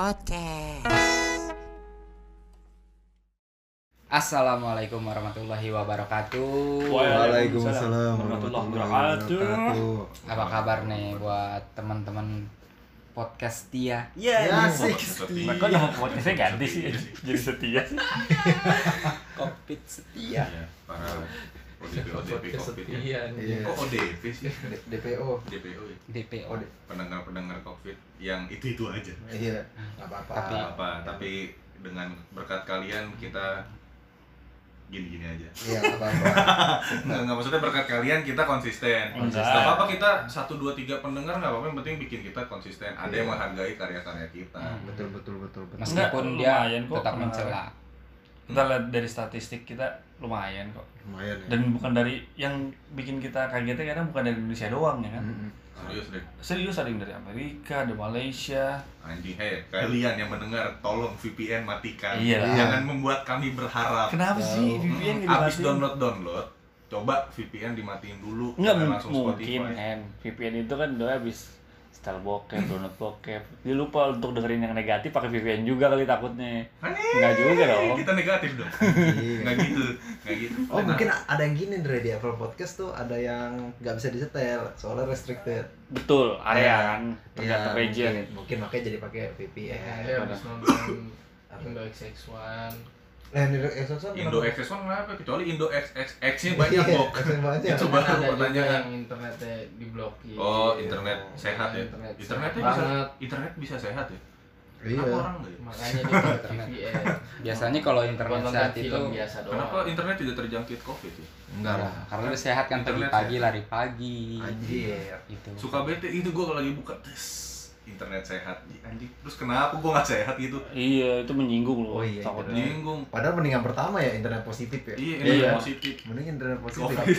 Podcast. Assalamualaikum warahmatullahi wabarakatuh. Waalaikumsalam warahmatullahi wabarakatuh. Apa kabar nih buat teman-teman podcast setia? Ya, asik. Kok nama podcastnya ganti sih jadi setia sih? Covid setia. Iya, para ODP COVID ya. Iya. Kok ODP sih? DPO. DPO ya. DPO. Pendengar-pendengar COVID yang itu aja. Iya, nggak apa-apa. Tapi dengan berkat kalian kita gini-gini aja. Iya, nggak apa-apa. Nggak maksudnya berkat kalian kita konsisten. Enggak. Nggak apa-apa kita 1, 2, 3 pendengar nggak apa-apa, yang penting bikin kita konsisten. Ada yang menghargai karya-karya kita. Betul. Meskipun Enggak, dia lumayan kok tetap pendengar. mencela. Kita lihat dari statistik kita lumayan kok. Lumayan ya. Dan bukan dari yang bikin kita kagetnya kadang bukan dari Indonesia doang ya kan. Serius deh. Serius ada yang dari Amerika, dari Malaysia. Anjing, kalian yang mendengar tolong VPN matikan. Iya. Jangan membuat kami berharap. Kenapa sih VPN gitu? Abis download, coba VPN dimatiin dulu. Enggak jangan langsung mungkin Spotify. kan. VPN itu kan doa habis install bokep, download bokep. Dia lupa untuk dengerin yang negatif pakai VPN juga kali takutnya. Enggak juga dong. Kita negatif dong. Enggak gitu. Oh, mungkin ada yang gini Dre, di Apple Podcast tuh ada yang nggak bisa disetel soalnya restricted. Betul, area kan Iya, tergantung region. mungkin makanya jadi pakai VPN. Dia habis nonton Indo XX1. Indo Exxon Indo XX1 kenapa? Kecuali Indo XXX-nya banyak Iya, kok. banyak. Itu Kan baru ada juga pertanyaan. yang internetnya diblokir. Oh, internet sehat ya. Internet Internetnya sehat bisa banget. internet bisa sehat ya? Iya. Kenapa orang enggak ya? Makanya dia pakai VPN. Biasanya kalau internet Buat saat nonton itu film biasa doang. Kenapa internet tidak terjangkit COVID ya? Enggak lah. karena udah sehat kan Internet pagi-pagi sehat. lari pagi. Anjir. Itu. Suka bete itu gua kalau lagi buka internet sehat. Anjing, terus kenapa gua nggak sehat gitu? Iya, itu menyinggung loh. Oh iya, takutnya. Nyinggung. Padahal mendingan pertama ya internet positif ya. Iya, Iya. internet positif. Mending internet positif. COVID.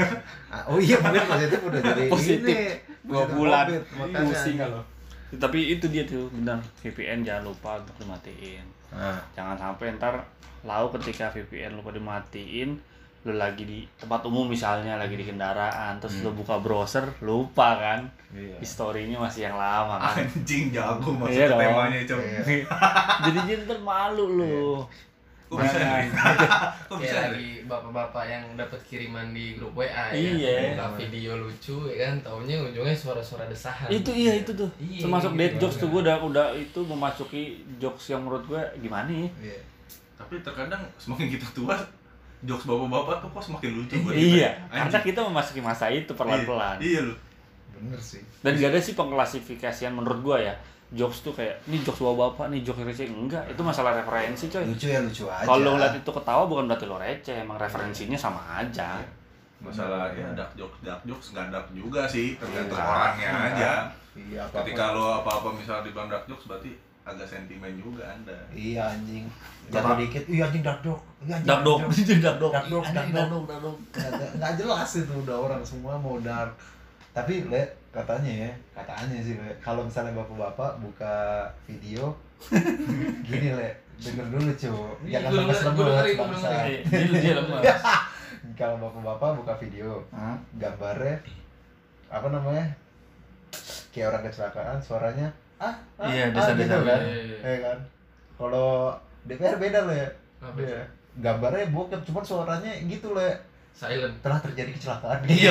Oh iya, bener positif udah jadi Positif. ini. 2 Positif bulan. COVID, makanya. Pusing kalau. Tapi itu dia tuh benar, VPN jangan lupa untuk dimatiin. Nah, Jangan sampai ntar lau ketika VPN lupa dimatiin, lu lagi di tempat umum misalnya, lagi di kendaraan, terus lu buka browser, lupa kan, iya. historinya masih yang lama kan. Anjing jago masuk Iya ke dong. temanya, Cok. Jadi dia ntar malu lu. Kok bisa? Jangan. Kok Kayak bisa? lagi bapak-bapak yang dapat kiriman di grup WA Iya. ya. Buka video lucu ya kan, taunya ujungnya suara-suara desahan. Itu iya itu tuh. Iya, Termasuk gitu dead jokes tuh banget. gue udah itu memasuki jokes yang menurut gue gimana ya? Iya. Tapi terkadang semakin kita tua, jokes bapak-bapak tuh kok semakin lucu buat kita. Iya, Anjing. karena kita memasuki masa itu perlahan-pelan. Iya loh. Bener sih. Dan gak ada sih pengklasifikasian menurut gua ya. Jokes tuh kayak, ini jokes bapak, nih jokes receh. Enggak, itu masalah referensi coy. Lucu ya lucu aja. Kalau lo ngeliat itu ketawa bukan berarti lo receh, emang referensinya sama aja. Masalah ya dark jokes nggak dark juga sih, tergantung Iya. orangnya aja. Iya, apa-apa. Ketika lo apa-apa misalnya dibilang dark jokes berarti agak sentimen juga Anda. Iya anjing. Jatuh dikit, iya anjing dark dog. Iya anjing. Dark dog, dark dog. Dark dog, Anjing, dark dark dog. dog. Nggak jelas itu udah orang semua mau dark. Tapi Le, katanya sih Le, kalau misalnya bapak-bapak buka video gini Le, denger dulu cu, Iya, jangan gua lemes denger, lemes gua bangsa. dengerin. Dia lemas. Kalau bapak-bapak buka video, gambarnya apa namanya, kayak orang kecelakaan, suaranya Iya, desa-desa gitu kan, iya. ya kan. Kalau DPR beda Le, Apa dia gambarnya bokep, cuman suaranya gitu Le. Silent. Telah terjadi kecelakaan. Iya.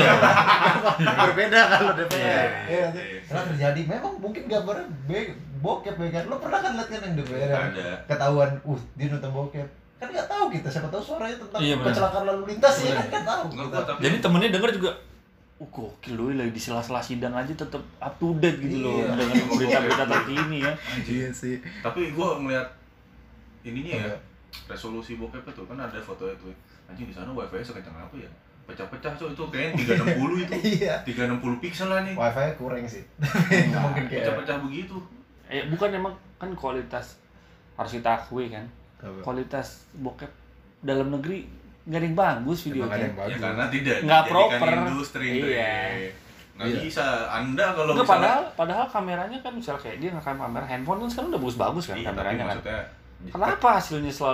Berbeda kalau DPR. Iya, Iya, iya. telah terjadi. Memang mungkin gambarnya bokep ya kan. Lo pernah kan lihat kan yang DPR yang Ada. ketahuan, dia nonton bokep. Kan nggak tahu kita, siapa tahu suaranya tentang Iya, benar. kecelakaan lalu lintas ya kan nggak tahu. Enggak kita. gua tapi Jadi temennya denger juga, gokil lu lagi di sela-sela sidang aja tetap up to date gitu loh Iya. dengan berita-berita terkini ya. Iya sih. tapi gua ngeliat ininya ya, Iya. resolusi bokep itu kan ada foto itu. Anjing di sana wifi sekencang apa ya? Pecah-pecah tuh itu kayaknya 360 itu. Iya. 360 pixel lah nih. Wifi kurang sih. Mungkin kayak Pecah-pecah begitu. Bukan emang kan kualitas harus kita akui kan. Kualitas bokep dalam negeri nggak ada yang bagus Emang ada videonya. yang bagus. Ya karena tidak Nggak dijadikan proper. industri. Iya. Nggak Iya. bisa. Anda kalau Nggak, misalnya padahal kameranya kan misal kayak dia ngerekam kamera handphone kan sekarang udah bagus kan iya, tapi kameranya kan. maksudnya Kenapa hasilnya selalu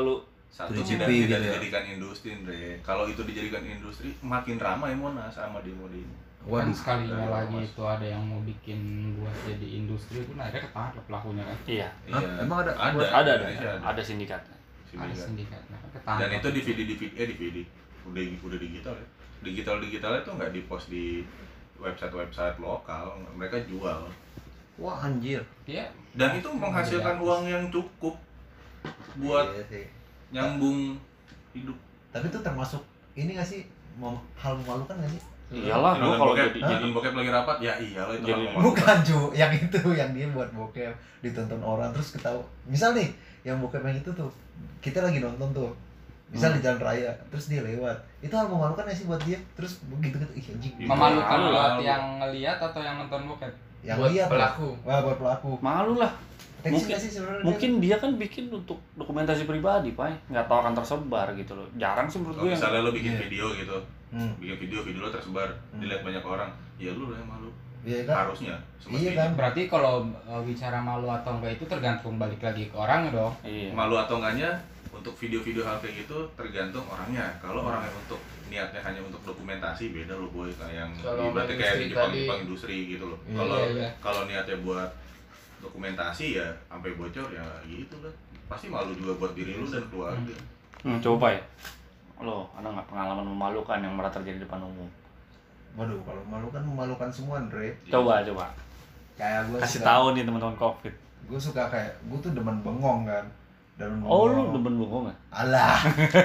Satu Tujuh tidak GP tidak gitu ya? dijadikan industri, Andre. Kalau itu dijadikan industri, makin ramai Monas sama demo ini. Kan Waduh. sekalinya Dari lagi ormas. itu ada yang mau bikin buat jadi industri itu akhirnya ketangkep pelakunya kan. Iya. Hah? Emang ada? Ada Indonesia ada sindikatnya. Ada Sindikat. sindikatnya kan ketangkep. Dan itu DVD udah digital ya. Digital itu nggak dipost di website lokal, mereka jual. Wah anjir. Dia Dan itu menghasilkan uang yang cukup buat Iya sih. nyambung hidup. Tapi itu termasuk ini nggak sih hal memalukan nggak sih? Iyalah, gua kalau jadi nonton bokep lagi rapat, ya iyalah itu Jadi- hal memalukan. Bukan cu, yang itu yang dia buat bokep ditonton orang terus ketawa. Misal nih, yang bokep yang itu tuh kita lagi nonton tuh, misal di jalan raya, terus dia lewat, itu hal memalukan nggak sih buat dia? Terus begitu gitu, ih anjing. memalukan Malu. buat yang ngelihat atau yang nonton bokep. Yang buat lihat pelaku. Wah buat pelaku. malu lah. Tensi Mungkin- nggak sih sebenarnya? Mungkin dia kan bikin untuk dokumentasi pribadi, Pak. Nggak tahu akan tersebar gitu loh. Jarang sih menurut Kalau gue yang misalnya lo bikin Iya. video gitu, bikin video lo tersebar, dilihat banyak orang, ya lu lah yang malu. Iya kan? Harusnya. Iya kan? Berarti kalau bicara malu atau enggak itu tergantung balik lagi ke orangnya dong. Iya. Malu atau enggaknya untuk video-video hal kayak gitu tergantung orangnya. Kalau orangnya untuk niatnya hanya untuk dokumentasi, beda lo boy, kayak yang Kalau berarti industri kayak di Jepang tadi- industri gitu loh. Iya, Kalau iya. kalau niatnya buat dokumentasi ya sampai bocor ya gitu lah. Pasti malu juga buat diri lu dan keluarga. Coba ya. Lo ada nggak pengalaman memalukan yang pernah terjadi di depan umum? Waduh, kalau memalukan semua, Andre. Coba. Kayak gue Kasih tahu nih teman-teman Covid. Gue suka kayak gue tuh demen bengong kan. Demen Oh, bengong. lu demen bengong ya? Alah.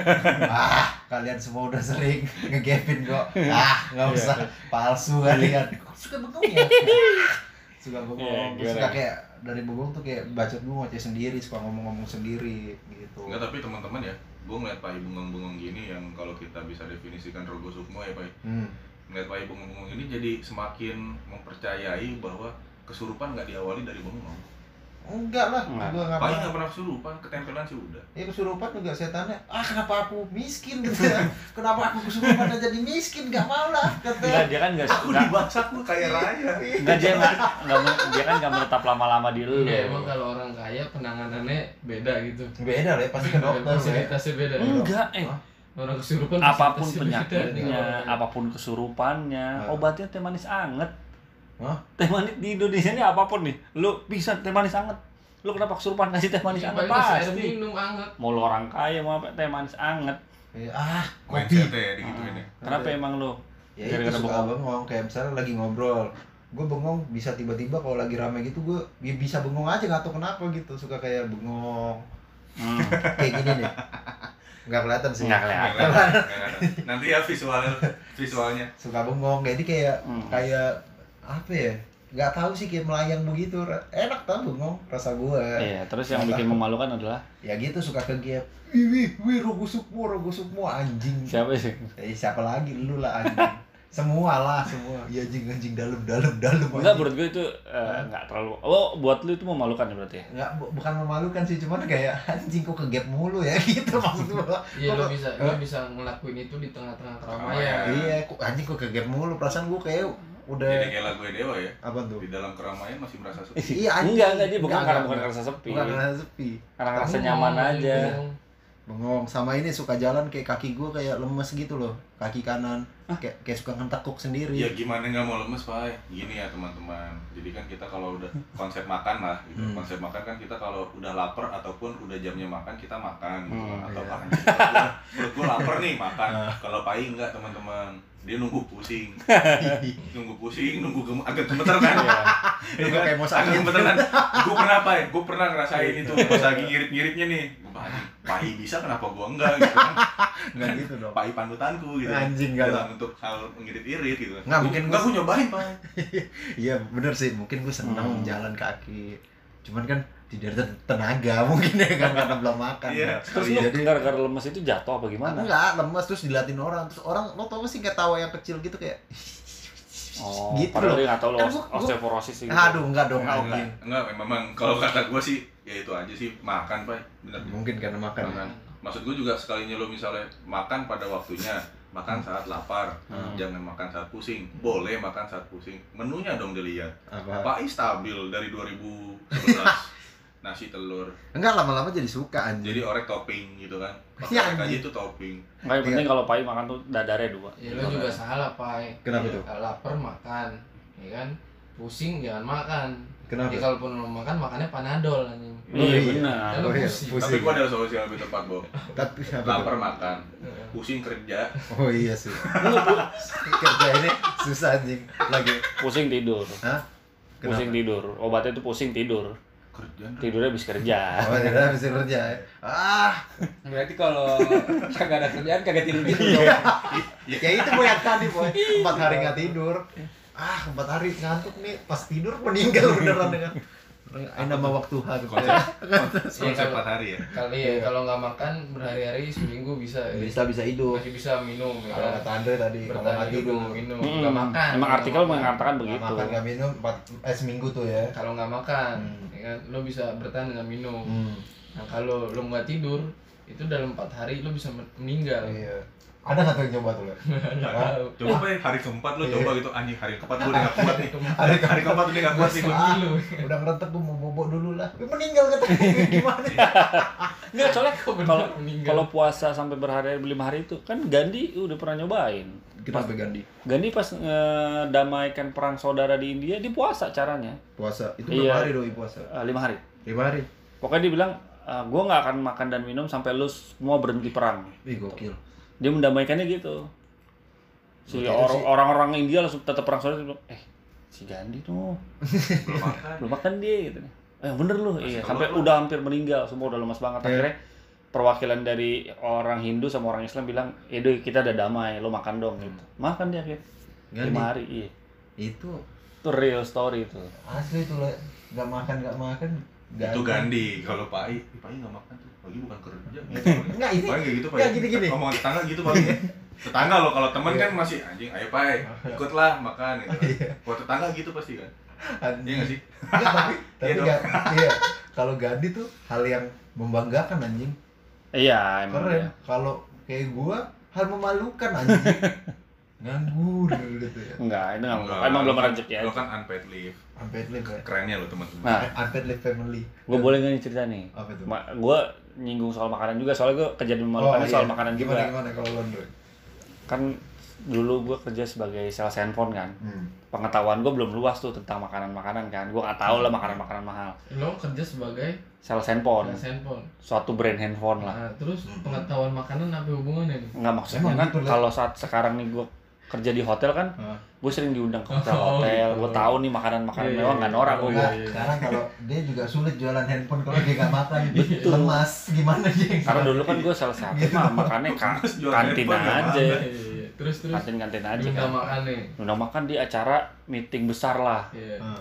Kalian semua udah sering ngegepin kok. Nggak usah palsu kalian. Kok suka bengong ya? Suka bengong. Iya, Gua gimana? suka kayak dari bengong tuh kayak bacot gue ngoceh sendiri, suka ngomong-ngomong sendiri gitu. Enggak, tapi teman-teman ya, gue ngeliat Pai bengong-bengong gini yang kalau kita bisa definisikan rogo sukmo ya Pai. Ngeliat Pai bengong-bengong ini jadi semakin mempercayai bahwa kesurupan nggak diawali dari bengong. Enggak lah, Enggak. gue nggak Pai pernah. nggak pernah kesurupan, ketempelan sih udah. Ya kesurupan juga setannya, kenapa aku miskin gitu ya? Kenapa aku kesurupan dan jadi miskin? Gak mau lah Enggak, kata. dia kan nggak Aku dibaksa, aku kaya raya. Enggak, dia kan nggak menetap lama-lama di lu. Iya, emang kalau orang kaya penanganannya beda gitu. Beda lah, pasti ke dokter ya. Fasilitasnya beda. Enggak, Orang kesurupan apapun fasilitasnya beda nih penyakitnya, kalau- apapun kesurupannya, Nah. obatnya teh manis anget. Hah? Teh manis di Indonesia ini apapun nih, lu bisa teh manis anget. Lu kenapa kesurupan kasih teh manis Iya, anget paling kasih air pasti. minum anget. Mau lu orang kaya mau apa teh manis anget. Kopi. Mindsetnya ya digituin ya. Kenapa emang lu? Ya itu Gara-gara suka bengong. bengong, kayak misalnya lagi ngobrol. Gue bengong bisa tiba-tiba kalau lagi rame gitu gue bisa bengong aja nggak tahu kenapa gitu. Suka kayak bengong. Kayak gini nih. Nggak kelihatan sih. Nggak kelihatan. Nggak ada. Nanti ya visualnya. Suka bengong, jadi kayak Hmm. kayak apa ya? Nggak tahu sih kayak melayang begitu. Enak tau bengong rasa gue. Iya, terus yang bikin memalukan adalah Ya gitu suka kegep. Wih, rogo sukmo anjing. siapa sih? Siapa lagi lu lah anjing. Semua lah, semua. Ya anjing dalam. Enggak, anjing. menurut gue itu enggak terlalu. Oh, buat lu itu memalukan ya berarti ya? Nggak, bukan memalukan sih, cuman kayak anjing kok kegep mulu ya gitu maksud gua. Iya, Kok- lo bisa ngelakuin itu di tengah-tengah keramaian. Iya, kok anjing kok kegep mulu, perasaan gua kayak udah Jadi kayak lagu Dewa ya. apa tuh? Di dalam keramaian masih merasa sepi. Iya, anjing. Enggak, dia bukan Enggak, karena enggak. bukan rasa sepi. Bukan karena sepi. Karena rasa Bengong, nyaman aja. bengong. Bengong sama ini suka jalan kayak kaki gua kayak lemes gitu loh. Kaki kanan kayak suka ngetekuk sendiri. Ya gimana nggak mau lemes Pak? Gini ya teman-teman. Jadi kan kita kalau udah konsep makan lah, gitu. Konsep makan kan kita kalau udah lapar ataupun udah jamnya makan kita makan, gitu kan. Atau iya. anjing, perut gua lapar nih makan. Kalau Pai enggak teman-teman, dia nunggu pusing, nunggu agak gemeter kan? Nunggu kayak mau sakit. Agak gemeter kan? Gue pernah Pai, gue pernah ngerasain itu pas lagi ngirit-ngiritnya nih. Gua Pai bisa kenapa gua enggak gitu kan? Enggak gitu dong. Pai panutanku gitu. Anjing, enggak lah. Dalam untuk hal ngirit-irit gitu. Nggak, mungkin enggak gua nyobain Pai. Iya, bener sih. Mungkin gua seneng jalan kaki. Cuman kan tidak ada tenaga mungkin ya kan karena belum makan. Iya. kan. Terus lu gara-gara lemes itu jatuh apa gimana? Enggak, lemes terus dilatin orang. Terus orang lo tau gak sih kayak tawa yang kecil gitu kayak Oh, gitu padahal loh. dia nggak tahu lo Kan gua- osteoporosis gitu. Aduh, enggak dong, Enggak, anjing. memang kalau kata gue sih ya itu aja sih makan Pak, bener. Mungkin karena makan. Makan. Maksud gue juga sekalinya lo misalnya makan pada waktunya, makan saat lapar, jangan makan saat pusing. Boleh makan saat pusing. Menunya dong dilihat. Apa? Pai stabil dari 2011. nasi telur. Enggak, lama-lama jadi suka anjing. Jadi orek topping gitu kan. Iya, Orek aja anjing. itu topping. Nggak, yang penting kalau Pai makan tuh dadarnya 2. Ya lo juga salah, Pai. Kenapa Ya, tuh? kalau lapar makan, ya kan? Pusing jangan makan. Kenapa? Ya kalaupun lo makan, makannya Panadol anjing. Iya benar. Kan lo Oh, iya. pusing. Tapi gua ada solusi yang lebih tepat, Bo. Tapi apa tuh? Lapar makan, pusing kerja. Oh iya sih. Kerja ini susah anjing. Lagi. Pusing tidur. Hah? Pusing tidur. Obatnya itu pusing tidur. Kerja. Tidurnya habis kerja. Oh, tidak bisa kerja. Berarti kalau kagak ada kerjaan kagak tidur gitu dong. Ya kayak itu boy yang tadi boy. 4 hari nggak tidur. 4 hari ngantuk nih. Pas tidur meninggal beneran dengan. Nama waktu hari. Konsep 4 hari ya. Kali ya kalau nggak makan berhari-hari seminggu bisa. Ya. Bisa hidup. Masih bisa minum. Ya. Kalau kata Andre tadi kalau nggak Bertahan hidup tidur. nggak minum, nggak makan. Emang nggak artikel makan. mengatakan Nggak begitu. makan nggak minum seminggu tuh ya. Kalau nggak makan, ya kan, lo bisa bertahan dengan minum. Nah kalau lo nggak tidur, itu dalam 4 hari lo bisa meninggal. Iya. Ada nggak tuh yang coba tuh? Le? Nggak Hah? tahu. Coba Pak, hari keempat lu Iya. coba gitu anjing hari keempat gua udah gak kuat nih. Hari Hari keempat udah gak kuat nih gua. Gila. Udah ngerentek gue mau bobo dulu lah. Meninggal kata gimana? Enggak, soalnya Kok bener kalau meninggal? kalau puasa sampai berhari-hari 5 hari itu kan Gandhi udah pernah nyobain. Kenapa Gandhi? Gandhi pas ngedamaikan perang saudara di India, dia puasa caranya. Puasa. Itu Iya. berapa hari doi puasa? 5 hari. 5 hari. Pokoknya dia bilang, gue nggak akan makan dan minum sampai lu semua berhenti perang. Ih gokil. Dia mendamaikannya gitu. Si Gokil sih. orang-orang India langsung tetap perang saudara. Dia bilang, si Gandhi tuh Belum makan. belum makan dia gitu. Bener lu, iya. Masih Sampai telur lu. udah hampir meninggal, semua udah lemas banget. Iya. Akhirnya perwakilan dari orang Hindu sama orang Islam bilang, doi kita udah damai, lu makan dong gitu. Makan dia akhirnya. Gandhi. 5 hari, iya. Itu Itu real story itu. asli tuh le. Gak makan. Itu Gandhi. Kalau Pai nggak makan tuh. Pagi bukan kerja. Enggak ini. Paling kayak gitu Pak. Enggak gini. Ngomong tetangga gitu paling. Tetangga lo kalau teman kan masih anjing, ayo Pai, ikutlah makan gitu. Kalau tetangga gitu pasti kan. Iya nggak sih? Enggak, tapi Iya dong. enggak. Iya. Kalau Gandhi tuh hal yang membanggakan anjing. Iya, emang. Keren. Iya. Kalau kayak gua hal memalukan anjing. Nganggur gitu ya. Enggak, itu enggak. Enggak, Emang belum lo kan- rezeki Lo aja. kan unpaid leave. Unpaid leave ya. Kerennya lo teman-teman. Nah, Unpaid leave family. gue boleh nggak nih cerita nih? Apa itu? Gue nyinggung soal makanan juga, soalnya gue kejadian memalukan soal makanan juga. Gimana kalau lo Andre? Kan dulu gue kerja sebagai sales handphone kan. Hmm. Pengetahuan gue belum luas tuh tentang makanan-makanan kan. Gue nggak tahu lah makanan-makanan mahal. Lo kerja sebagai Sales handphone, handphone. suatu brand handphone lah. Nah, terus pengetahuan makanan apa hubungannya nih? Nggak maksudnya Emang kan gitu, Le? kalau saat sekarang nih gue kerja di hotel kan, Hah? gue sering diundang ke Oh, hotel-hotel. gitu. Gue tahu nih makanan-makanan Iya, mewah iya, nggak norak iya. gue. Enggak, iya. sekarang kalau dia juga sulit jualan handphone kalau dia nggak makan Betul. lemas gimana dia? Karena dulu kan gue sales handphone mah makannya Jual kantin handphone nggak aja. Iya. Terus Kantin-kantin aja diundang kan. makan nih. Undang makan di acara meeting besar lah. Iya. Heeh.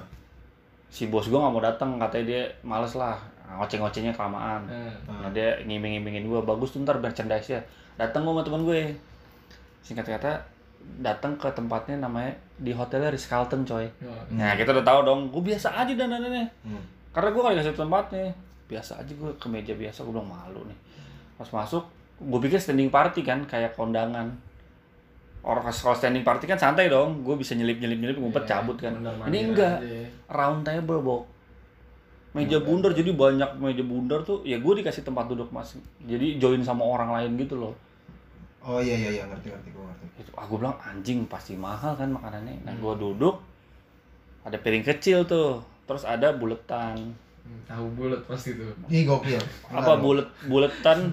Si bos gue nggak mau datang, katanya dia males lah, ngoceh-ngocehnya kelamaan. Nah, dia ngiming-ngimingin gue, bagus tuh ntar merchandise ya. Datang gue sama temen gue. Singkat kata, datang ke tempatnya namanya di hotelnya Ritz-Carlton coy. Nah kita udah tahu dong, gue biasa aja dandanannya. Hmm. Karena gue gak dikasih tempatnya. Biasa aja gue ke meja biasa, gue bilang malu nih. Pas masuk, gue pikir standing party kan, kayak kondangan. Orang kalau standing party kan santai dong, gue bisa nyelip-nyelip ngumpet Iya, cabut kan. mondar-mandir Ini enggak, aja. round table bok. Meja bundar, jadi banyak meja bundar tuh, ya gue dikasih tempat duduk masing. Jadi join sama orang lain gitu loh. Oh iya ngerti gua ngerti. Itu, gue bilang anjing pasti mahal kan makanannya. Nah gue duduk, ada piring kecil tuh, terus ada buletan. Tahu bulat pasti tuh. Ih gokil. Apa buletan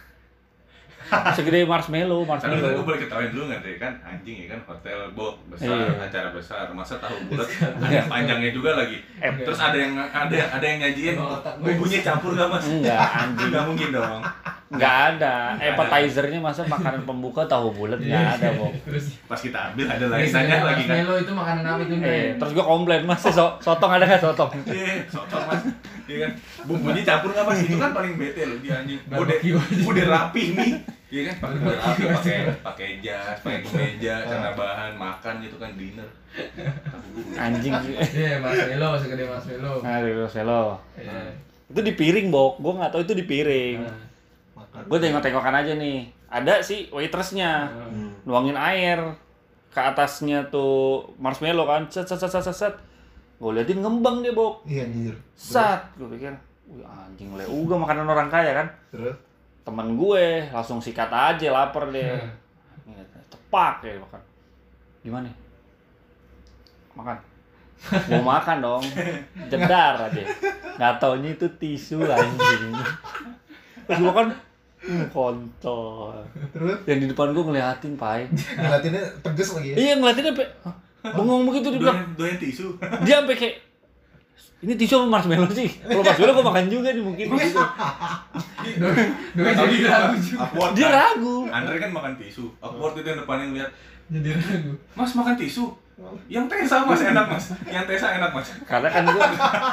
segede marshmallow. Karena gue boleh ketawain dulu nggak deh kan anjing ya kan hotel besar Iya. acara besar masa tahu bulat ada panjangnya juga lagi terus ada yang nyajiin bumbunya campur gak mas? Enggak anjing, Nggak mungkin dong. nggak ada. Appetizernya masa makanan pembuka tahu bulat nggak ada bok. Terus Pas kita ambil ada lagi nanya lagi kan. marshmallow itu makanan apa itu nih? Terus gue komplain mas, sotong ada nggak sotong? Iya, sotong mas. Iya kan. Bumbunya campur nggak mas? Itu kan paling bete loh dia anjing. Barbecue aja. Udah rapi nih. Iya kan. Udah rapi pakai jas, pakai kemeja, celana bahan, makan gitu kan dinner. Anjing. Iya, marshmallow segede marshmallow. Nah, selo. Iya. Itu di piring bok, gue nggak tahu itu di piring. Nah, Makan. Gue tengok-tengokan aja nih. Ada si waitressnya Hmm. nuangin air ke atasnya tuh marshmallow kan, set. Gue liatin ngembang dia bok. Iya anjir. Sat, gue pikir Wih anjing le, uga makanan orang kaya kan. Terus? Temen gue langsung sikat aja, lapar deh. Tepak ya makan. Gimana? Makan. Mau makan dong. Jedar aja. Nggak taunya itu tisu anjing. Terus gue makan, kontol. Terus? Yang di depan gue ngeliatin, Pai. Ngeliatinnya tegas lagi ya? Iya ngeliatinnya sampai bengong begitu dia bilang. Doyan tisu. Dia sampai kayak ini tisu sama marshmallow sih. Kalau marshmallow gue makan juga nih mungkin gitu. Doi jadi ragu juga. Awkward Dia kan? ragu. Andre kan makan tisu. Awkward itu yang depannya ngeliat, Jadi ragu. Mas makan tisu. Yang Tesa Mas enak Mas. Yang Tesa enak Mas. Karena kan gue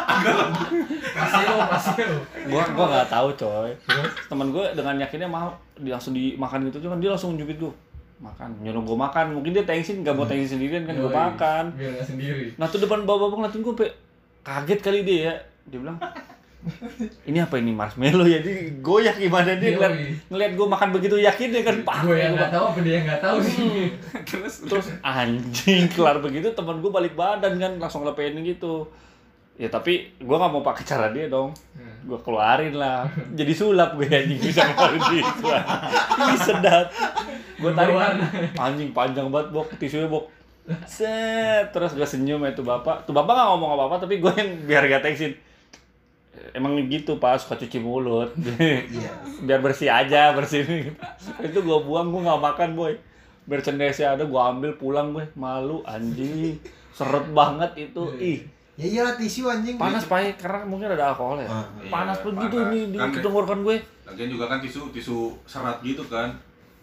Masih nggak tahu coy. Temen gue dengan yakinnya mau dia langsung dimakan gitu cuman dia langsung jubit gue makan, nyuruh gue makan. Mungkin dia tensin, nggak mau tensin sendirian kan gue makan. Biar nggak sendiri. Nah tuh depan bapak-bapak ngeliatin gue sampai kaget kali dia ya. Dia bilang ini apa ini marshmallow ya? Jadi goyak gimana dia ngeliat gue makan begitu yakin dia kan pak. Gue yang nggak tahu apa dia yang nggak tahu sih. Terus anjing kelar begitu teman gue balik badan kan langsung lepein gitu. Ya tapi gue nggak mau pakai cara dia dong. Gue keluarin lah. Jadi sulap gue anjing bisa ngeluarin itu. Ini sedap. Gue tarik anjing panjang banget bok tisunya bok. Set terus gue senyum ya tuh bapak. Tuh bapak nggak ngomong apa-apa tapi gue yang biar gak tensin. Emang gitu Pak, suka cuci mulut. Biar bersih aja, bersih. Itu gue buang, gue gak makan boy. Merchandise-nya ada, gue ambil pulang gue. Malu anjing. Seret banget itu. Ih. Ya iyalah tisu anjing. Panas Pak, karena mungkin ada alkohol ya. Panas Iya, begitu panas. nih di tenggorokan gue. Lagian juga kan tisu serat gitu kan.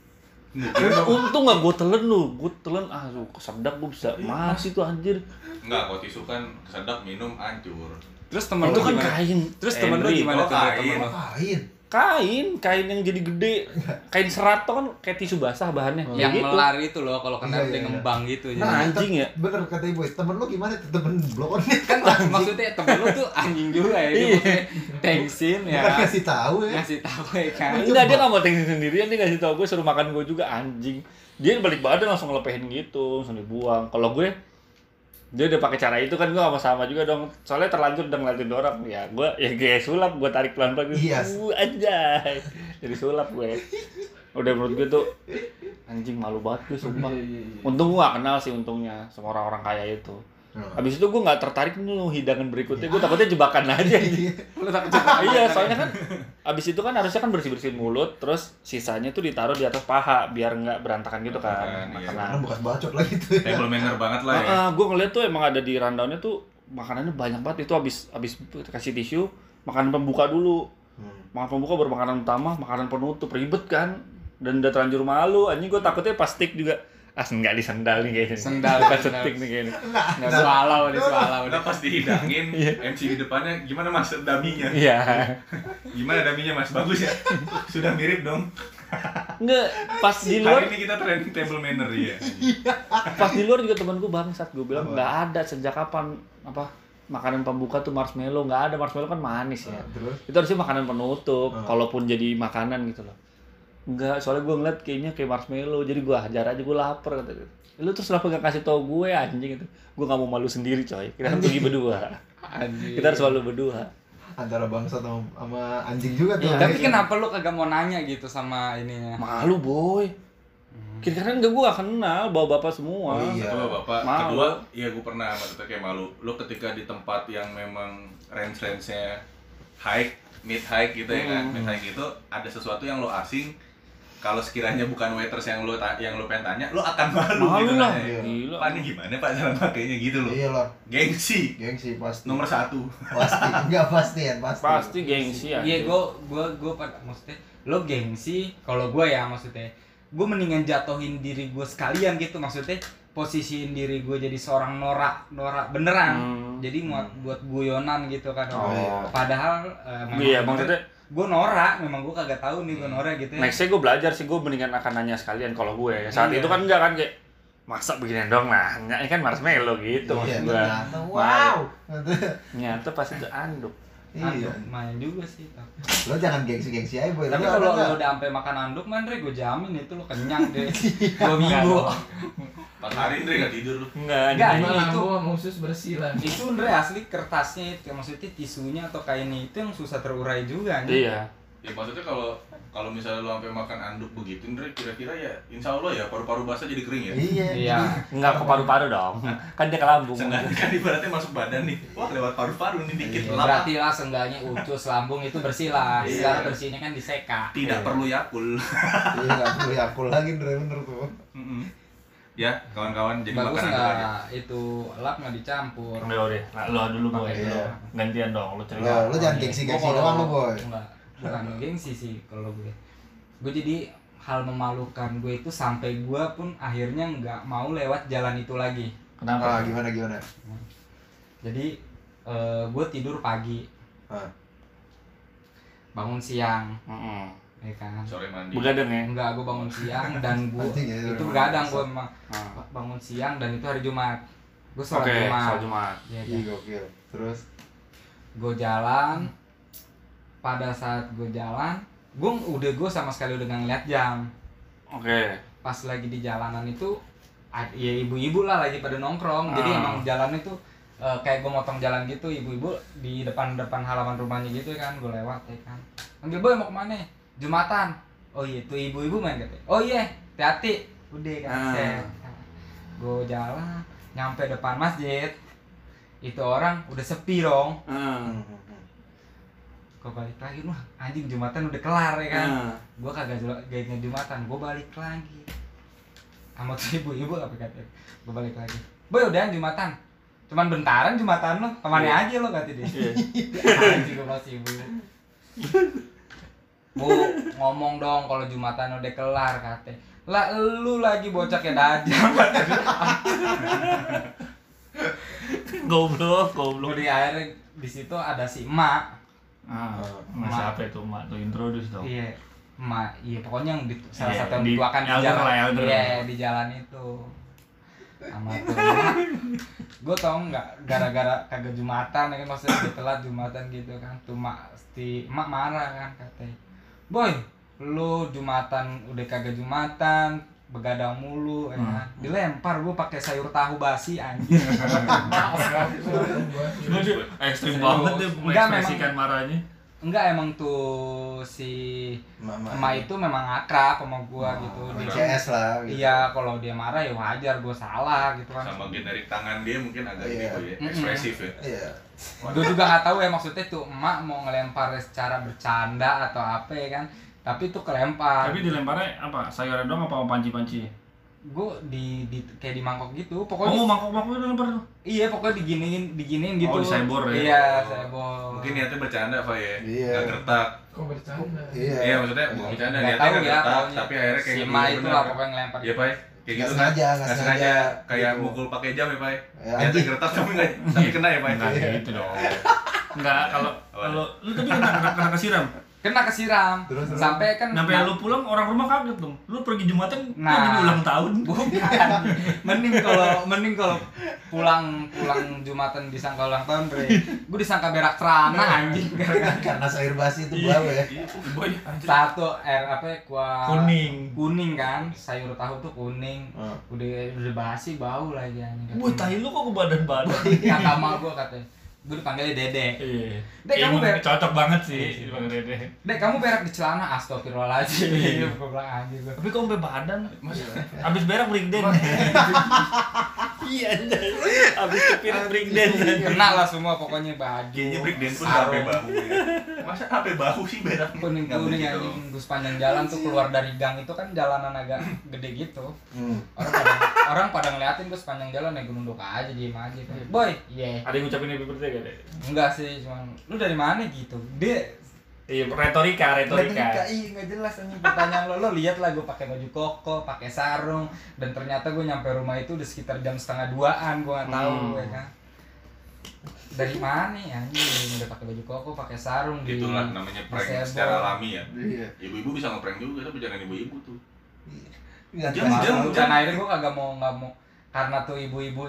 Untung gak gue telan lu. Gue telan, kesedap gue bisa mati tuh anjir. Enggak, kalau tisu kan kesedap minum hancur. Terus temen Itu lu kan gimana? kain. Terus temen lu Henry. gimana tuh temen lu? Kain. Kain yang jadi gede. Kain serat tuh kan kayak tisu basah bahannya. Yang gitu. melar itu loh kalau kena Iya, dia iya. ngembang gitu. Nah, anjing ya. Bener kata ibu, temen lu gimana tuh? Temen blok on Kan maksudnya temen lu tuh anjing juga ya. Dia Iya. maksudnya tensin ya. Bukan kasih tahu ya. Ngasih tahu ya kan. Enggak, dia nggak mau tensin sendirian, dia ngasih tau gue suruh makan gue juga anjing. Dia balik badan langsung ngelepehin gitu, langsung dibuang. Kalau gue dia udah pakai cara itu kan gue sama juga dong. Soalnya terlanjur udah ngeliatin orang ya. Gue ya kayak sulap, gue tarik pelan-pelan gitu. Iya. Anjay. Jadi sulap gue. Udah menurut gue tuh anjing malu banget gue sumpah. Untung gue gak kenal sih untungnya sama orang-orang kaya itu. Habis itu gue gak tertarik nih hidangan berikutnya. Gue takutnya jebakan aja. Lu takut jebakan. Iya, soalnya kan abis itu kan harusnya kan bersih-bersihin mulut, terus sisanya tuh ditaruh di atas paha biar nggak berantakan gitu kan. Iya. Karena Makanan. bekas bacot lagi tuh ya. Table manner banget lah ya. Gue ngeliat tuh emang ada di rundownnya tuh makanannya banyak banget. Itu abis kasih tisu, makanan pembuka dulu. Makan pembuka baru makanan utama, makanan penutup, ribet kan. Dan udah terlanjur malu, anjing gue takutnya pas stick juga. Nggak di sendal nih kayaknya. Sendal, pas sendal. stick nih kayaknya. Nggak swallow, swallow. Udah pas dihidangin, MC di depannya gimana Mas daminya? Iya. Gimana daminya Mas? Bagus ya? Sudah mirip dong. Nggak, pas di luar Hari ini kita training table manner ya. pas di luar juga temen gue bangsat. Gue bilang nggak ada sejak kapan apa makanan pembuka tuh marshmallow. Nggak ada, marshmallow kan manis ya. Terus? Itu harusnya makanan penutup, kalaupun jadi makanan gitu loh. Enggak, soalnya gue ngeliat kayaknya kayak marshmallow, jadi gue hajar aja, gue lapar kata dia. Lu terus kenapa gak kasih tau gue anjing itu? Gue gak mau malu sendiri coy, kita harus pergi berdua. Anjing. Kita harus selalu berdua. Antara bangsa sama anjing juga tuh. Tapi kenapa lu kagak mau nanya gitu sama ininya? Malu boy. Kira-kira enggak, gue gak kenal, bawa bapak semua. Oh, iya. Kedua bapak, Malu. kedua ya gue pernah maksudnya kayak malu. Lo ketika di tempat yang memang range-nya high, mid high gitu ya kan, mid high gitu ada sesuatu yang lo asing. Kalau sekiranya bukan waiters yang lo pengen tanya, lo akan malu gitu lah, nanya. gila. Pak ini gimana Pak cara pakainya gitu loh. Iya lah. Gengsi. Gengsi pasti. Nomor 1. Pasti. Enggak pasti ya, pasti. Pasti gengsi ya. Iya, gue pada maksudnya lo gengsi. Kalau gue ya maksudnya, gue mendingan jatuhin diri gue sekalian gitu maksudnya. Posisiin diri gue jadi seorang norak beneran. Jadi buat guyonan gitu kan. Oh. Padahal Iya, maksudnya gue norak, memang gue kagak tahu nih gue norak gitu ya. nextnya gue belajar sih, gue mendingan akan nanya sekalian kalau gue. Saat Iya. itu kan enggak kan kayak masa beginian dong nanya, ini kan marshmallow gitu maksud gue. Ternyata, wow. Nyata pas itu anduk. Iya. Main juga sih tapi. Lo jangan gengsi-gengsi aja boy. Tapi Lo kalau ada lo udah sampai makan anduk man, gue jamin itu lo kenyang deh 2 minggu. Pas 4 hari Andre nggak tidur lu. Enggak, Enggak, Cuma itu- lampu sama usus bersih lah. Itu Andre asli kertasnya itu, maksudnya tisunya atau kainnya itu yang susah terurai juga anjing. Iya. Ya maksudnya kalau misalnya lu sampai makan anduk begitu Andre, kira-kira ya insya Allah ya paru-paru basah jadi kering ya. Iya. Enggak ke paru-paru dong. Kan dia ke lambung. Seenggaknya kan ibaratnya masuk badan nih. Wah lewat paru-paru nih dikit Ya, lama. berarti lah seenggaknya ucus lambung itu bersih lah. Iya. Secara bersihnya kan diseka. Tidak perlu Yakul. Iya nggak perlu Yakul lagi bener tuh. Ya kawan-kawan jadi Bagus makan anduk aja. nggak itu lap nggak dicampur. Enggak udah. Nah, lo dulu boy. Pakai iya. Gantian dong, lo cerita. Lo jangan gengsi-gengsi doang lo boy. Enggak, bukan gengsi sih kalau gue. Gue jadi hal memalukan gue itu sampai gue pun akhirnya nggak mau lewat jalan itu lagi. Kenapa? Gimana? Jadi gue tidur pagi, Ah. bangun siang, Heeh. ya kan. Sore mandi. Begadang ya? Enggak, gue bangun siang dan gue Anjing ya, itu memang begadang dasar. gue memang Ah. bangun siang dan itu hari Jumat. Gue sholat Oke, Jumat. sholat Jumat. Ya, Ih gokil. Terus gue jalan. Pada saat gue jalan, gue sama sekali udah nggak ngeliat jam. Oke. Pas lagi di jalanan itu ya ibu-ibu lah lagi pada nongkrong. Jadi Ah. emang jalan itu kayak gue motong jalan gitu, ibu-ibu di depan halaman rumahnya gitu kan, gue lewat ya kan. Panggil, boy mau kemana? Jumatan. Oh iya, tuh ibu-ibu main katanya. Oh iya, hati-hati. Udah kan, Ah. gue jalan nyampe depan masjid. Itu orang udah sepi dong. Gue balik lagi, wah anjing Jumatan udah kelar ya kan. Gue kagak Jumatan, gue balik lagi sama tuh ibu-ibu apa katanya. Gue balik lagi, boy udah Jumatan, cuman bentaran Jumatan lo, kemana Iya. aja lo kata dia. Iya. Anjing gue masih ibu. Bu ngomong dong kalau Jumatan udah kelar katanya. Lah lu lagi bocah kayak dajal. Goblok. Gue di akhirnya di situ ada si emak. Ah, Emak. siapa itu Mak? Tuh introduce dong. Iya, emak. Iya, pokoknya yang salah Iya, satu yang di- dituakan di elder jalan. lah, elder. Iya, di jalan itu. Sama tuh. Gue tau nggak gara-gara kagak Jumatan ya kan, maksudnya udah telat Jumatan gitu kan. Tuh emak marah kan katanya. Boy, lu Jumatan udah kagak Jumatan, begadang mulu ya kan. Dilempar gue pakai sayur tahu basi anjing. Cuma dia ekstrim banget dia Enggak, mengekspresikan marahnya. Enggak, emang tuh si emak itu memang akrab sama gua gitu. Dia- CS lah gitu. Iya, kalau dia marah ya wajar, gua salah gitu kan. Sama generik tangan dia mungkin agak Iya. gitu ya, ekspresif ya. Iya. Gue juga nggak tahu ya maksudnya tuh emak mau ngelempar secara bercanda atau apa ya kan. Tapi itu kelempar. Tapi dilemparnya apa? Sayuran doang apa panci-panci? Gue di kayak di mangkok gitu. Oh, Pokoknya mangkok-mangkoknya dilempar tuh. iya, pokoknya diginiin gitu. Oh, disebor ya? Iya, sebor. Mungkin niatnya bercanda Pak ya. Iya. Nggak gertak. Kok bercanda? Iya. Iya maksudnya bukan bercanda Nggak niatnya tahu nggak ya, gertak, pokoknya tapi akhirnya kayak si gitu, emak itu bener. lah pokoknya ngelempar. Iya Pak. Kayak Nggak gitu sengaja, kan? nggak Nggak sengaja. sengaja. Kayak Gitu. mukul pakai jam ya Pak. Ya, Niatnya anjing. gertak tapi kena ya Pak. Enggak Iya. gitu dong. Enggak, kalau lu tadi kena kesiram. Kena kesiram. Terus. Sampai kan Sampai lu pulang orang rumah kaget dong. Lu pergi Jumatan Nah. lagi ulang tahun. Bukan. mending kalau pulang Jumatan disangka ulang tahun, Bre. Gue disangka berak celana anjing. Karena sayur basi itu bau ya. Boy, anjir. Satu apa kuah Kuning kan, sayur tahu tuh kuning. Udah basi bau lagi anjing. Wah, tai lu kok ke badan-badan. Kata emak gue katanya. Gue dipanggilnya Dede. Iya. Dek, kamu Emang berak. cocok banget sih dipanggil Dede. Dek, kamu berak di celana. Astagfirullahaladzim. Iya. Gue bilang anjing gue. Tapi kok sampai badan? Abis berak break dance. Iya, anjay. Abis kepir break dance. Kena lah semua pokoknya baju. Kayaknya break dance pun sarung. sampai bahu ya. Masa sampai bahu sih berak? kuning Nggak begitu. anjing. Gue sepanjang jalan tuh keluar dari gang itu kan jalanan agak gede gitu. Hmm. Orang pada ngeliatin gue sepanjang jalan ya gue nunduk aja, diem aja kan. Boy, iya. Ada yang ngucapin happy birthday gak deh? Enggak sih, cuman lu dari mana gitu. Dia Iya, retorika. iya nggak jelas anjing pertanyaan lo lihat lah gue pakai baju koko, pakai sarung, dan ternyata gue nyampe rumah itu udah sekitar jam 1:30-an, gue nggak tahu ya kan. Dari mana ya anjing udah pakai baju koko, pakai sarung di Itulah namanya prank Masebo. secara alami ya. Iya. Ibu-ibu bisa ngeprank juga, tapi jangan ibu-ibu tuh. Nggak Jam, tahu. jam. Dan akhirnya gue kagak mau karena tuh ibu-ibu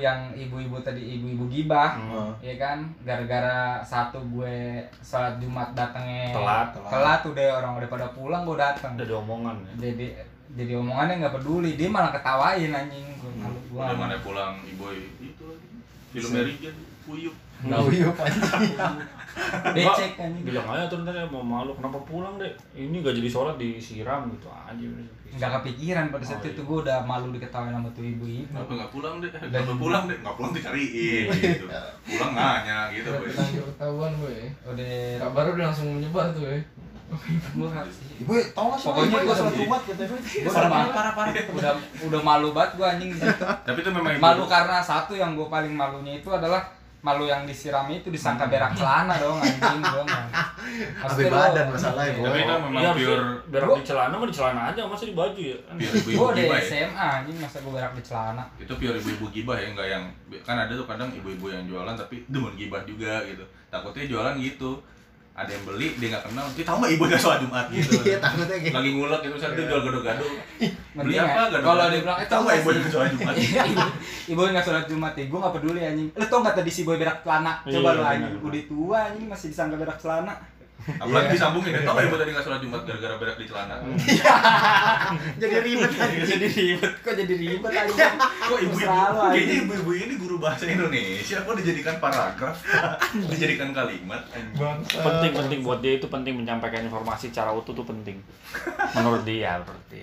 gibah. Ya kan, gara-gara satu gue sholat Jumat datangnya Telat. udah orang udah pada pulang, gue datang. Udah ada omongan ya. Jadi jadi omongannya nggak peduli, dia malah ketawain anjing. Gua Udah mana pulang Iboy itu filmnya Rigen Puyuh. Uyup anjing. becek anjing. Bilang aja tuh ntar mau malu kenapa pulang deh? Ini gak jadi sholat disiram gitu aja. Nggak kepikiran pada saat Oh, itu iya. gue udah malu diketawain sama tuh ibu-ibu. Kenapa nggak pulang deh? Kenapa pulang deh? Nggak pulang dicariin gitu. Pulang nanya gitu. Boy. Udah ketahuan gue. Udah Kabar udah langsung menyebar tuh ya. gue nggak sih. Ibu, tau gak sih? Pokoknya Ibu gua sholat sama- Jumat katanya. Gue udah udah malu banget gue anjing di situ. Tapi itu memang Malu karena satu yang gue paling malunya itu adalah malu yang disiram itu disangka berak celana dong anjing gue nggak. Habis badan masalahnya, Tapi itu memang Iya, pure berak Gua- di celana mah di celana aja, masa di baju ya? pure Gue ibu-ibu udah gibah ya. SMA anjing masa gue berak di celana. Itu pure ibu-ibu gibah ya, enggak yang kan ada tuh kadang ibu-ibu yang jualan tapi demen gibah juga gitu. Takutnya jualan gitu. Ada yang beli dia nggak kenal, dia tahu nggak ibunya sholat Jumat gitu. Iya, takutnya gitu. Lagi ngulek gitu, misalnya dia jual gado-gado. Beli Mending apa ya, gado-gado? kalau dia bilang itu tahu nggak apa ibunya sih? sholat Jumat? Ibu nggak sholat Jumat ya, gue nggak peduli anjing. Lu tau nggak tadi si boy berak celana? Coba Iya, lu benar, anjing, benar. udah tua anjing masih disangka berak celana. Apalagi disambungin, tahu nggak ibu tadi nggak sholat Jumat gara-gara berak di celana? Jadi ribet anjing. Jadi ribet, kok jadi ribet anjing. Kok ibu-ibu, Selalu, kayaknya anjing. ibu-ibu ini guru bahasa Indonesia, kok dijadikan paragraf, dijadikan kalimat. Penting buat dia, itu penting menyampaikan informasi secara utuh tuh penting. Menurut dia.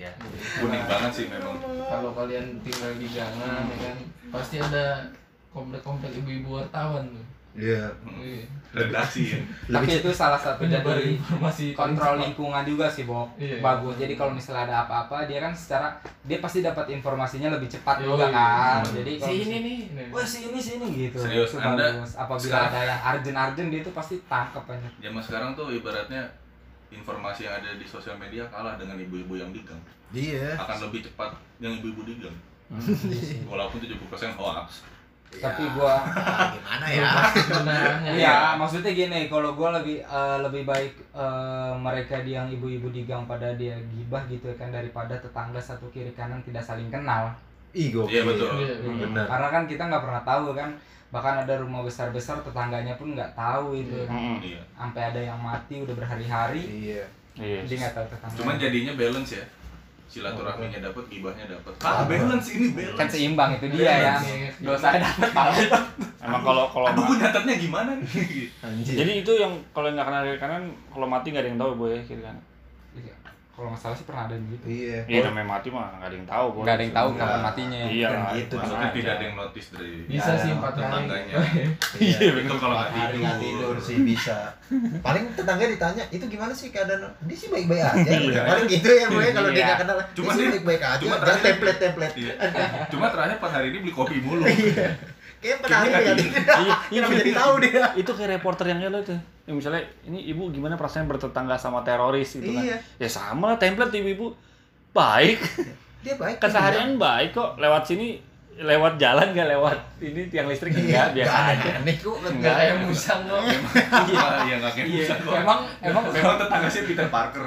Kuning banget sih memang. Kalau kalian tinggal di gangan ya kan, pasti ada komplek-komplek ibu-ibu wartawan tuh. Iya. Iya. Redaksi ya. Tapi itu salah satu Penyebar dari informasi kontrol lingkungan juga sih, Bob. Iya. Bagus. Jadi kalau misalnya ada apa-apa, dia kan secara dia pasti dapat informasinya lebih cepat Yoi. juga kan. Jadi si kalau ini misalnya, nih. wah sini gitu. Serius, Itu Anda bagus. Apabila sekarang- ada yang urgent dia tuh pasti tangkap aja. Zaman sekarang tuh ibaratnya informasi yang ada di sosial media kalah dengan ibu-ibu yang di gang. Iya. Akan lebih cepat yang ibu-ibu di gang. Walaupun 70% hoax. Tapi gua Gimana ya? Sebenarnya iya, maksudnya gini, kalau gua lebih baik mereka yang ibu-ibu di gang pada dia gibah gitu kan daripada tetangga satu kiri kanan tidak saling kenal. Ih, gokil. Iya, betul. Iya, Benar. Karena kan kita nggak pernah tahu kan, bahkan ada rumah besar-besar tetangganya pun nggak tahu itu kan. Iya. Sampai ada yang mati udah berhari-hari, Iya. Iya. dia nggak tahu tetangga. Cuman jadinya balance ya. Silaturahminya dapat, gibahnya dapat. Balance ini balance. kan seimbang itu dia ya. Balance. Dosa dapat pahala. Emang kalau Aduh, gue nyatetnya gimana nih? Anjir. jadi itu yang kalau nggak kena kiri kanan, kalau mati nggak ada yang tahu boy kiri kanan. Iya. Kalau nggak salah sih pernah ada yang gitu. Iya. Iya namanya mati mah nggak ada yang tahu boy. Nggak ada yang tahu Enggak. kapan matinya. Iya Kan lah, gitu, itu Maksudnya aja. tidak ada yang notice dari Bisa sih 4 hari. tetangganya. Iya. Itu kalau nggak Hari nggak tidur sih bisa. Paling tetangga ditanya, itu gimana sih keadaan? Dia sih baik-baik aja. Paling gitu ya, boy. Kalau dia Iya. nggak kenal, dia Cuma sih dia- baik-baik aja. cuma Jangan terakhir- template-template. Iya. Cuma terakhir pas hari ini beli kopi mulu. Kayaknya pernah hari Kayaknya nggak nggak tidur. Iya, Kenapa jadi tahu dia? Itu kayak reporter yang nyala tuh. Ya, misalnya ini ibu gimana perasaan bertetangga sama teroris gitu kan. Iya. Ya sama lah template ibu-ibu. Baik. Dia baik. Keseharian baik kok. Lewat sini lewat jalan nggak lewat ini tiang listrik enggak biasa aja. Aneh kok. Enggak kayak musang lo. Iya, nggak kayak Iya, bisa kok. emang Memang tetangga sih Peter Parker.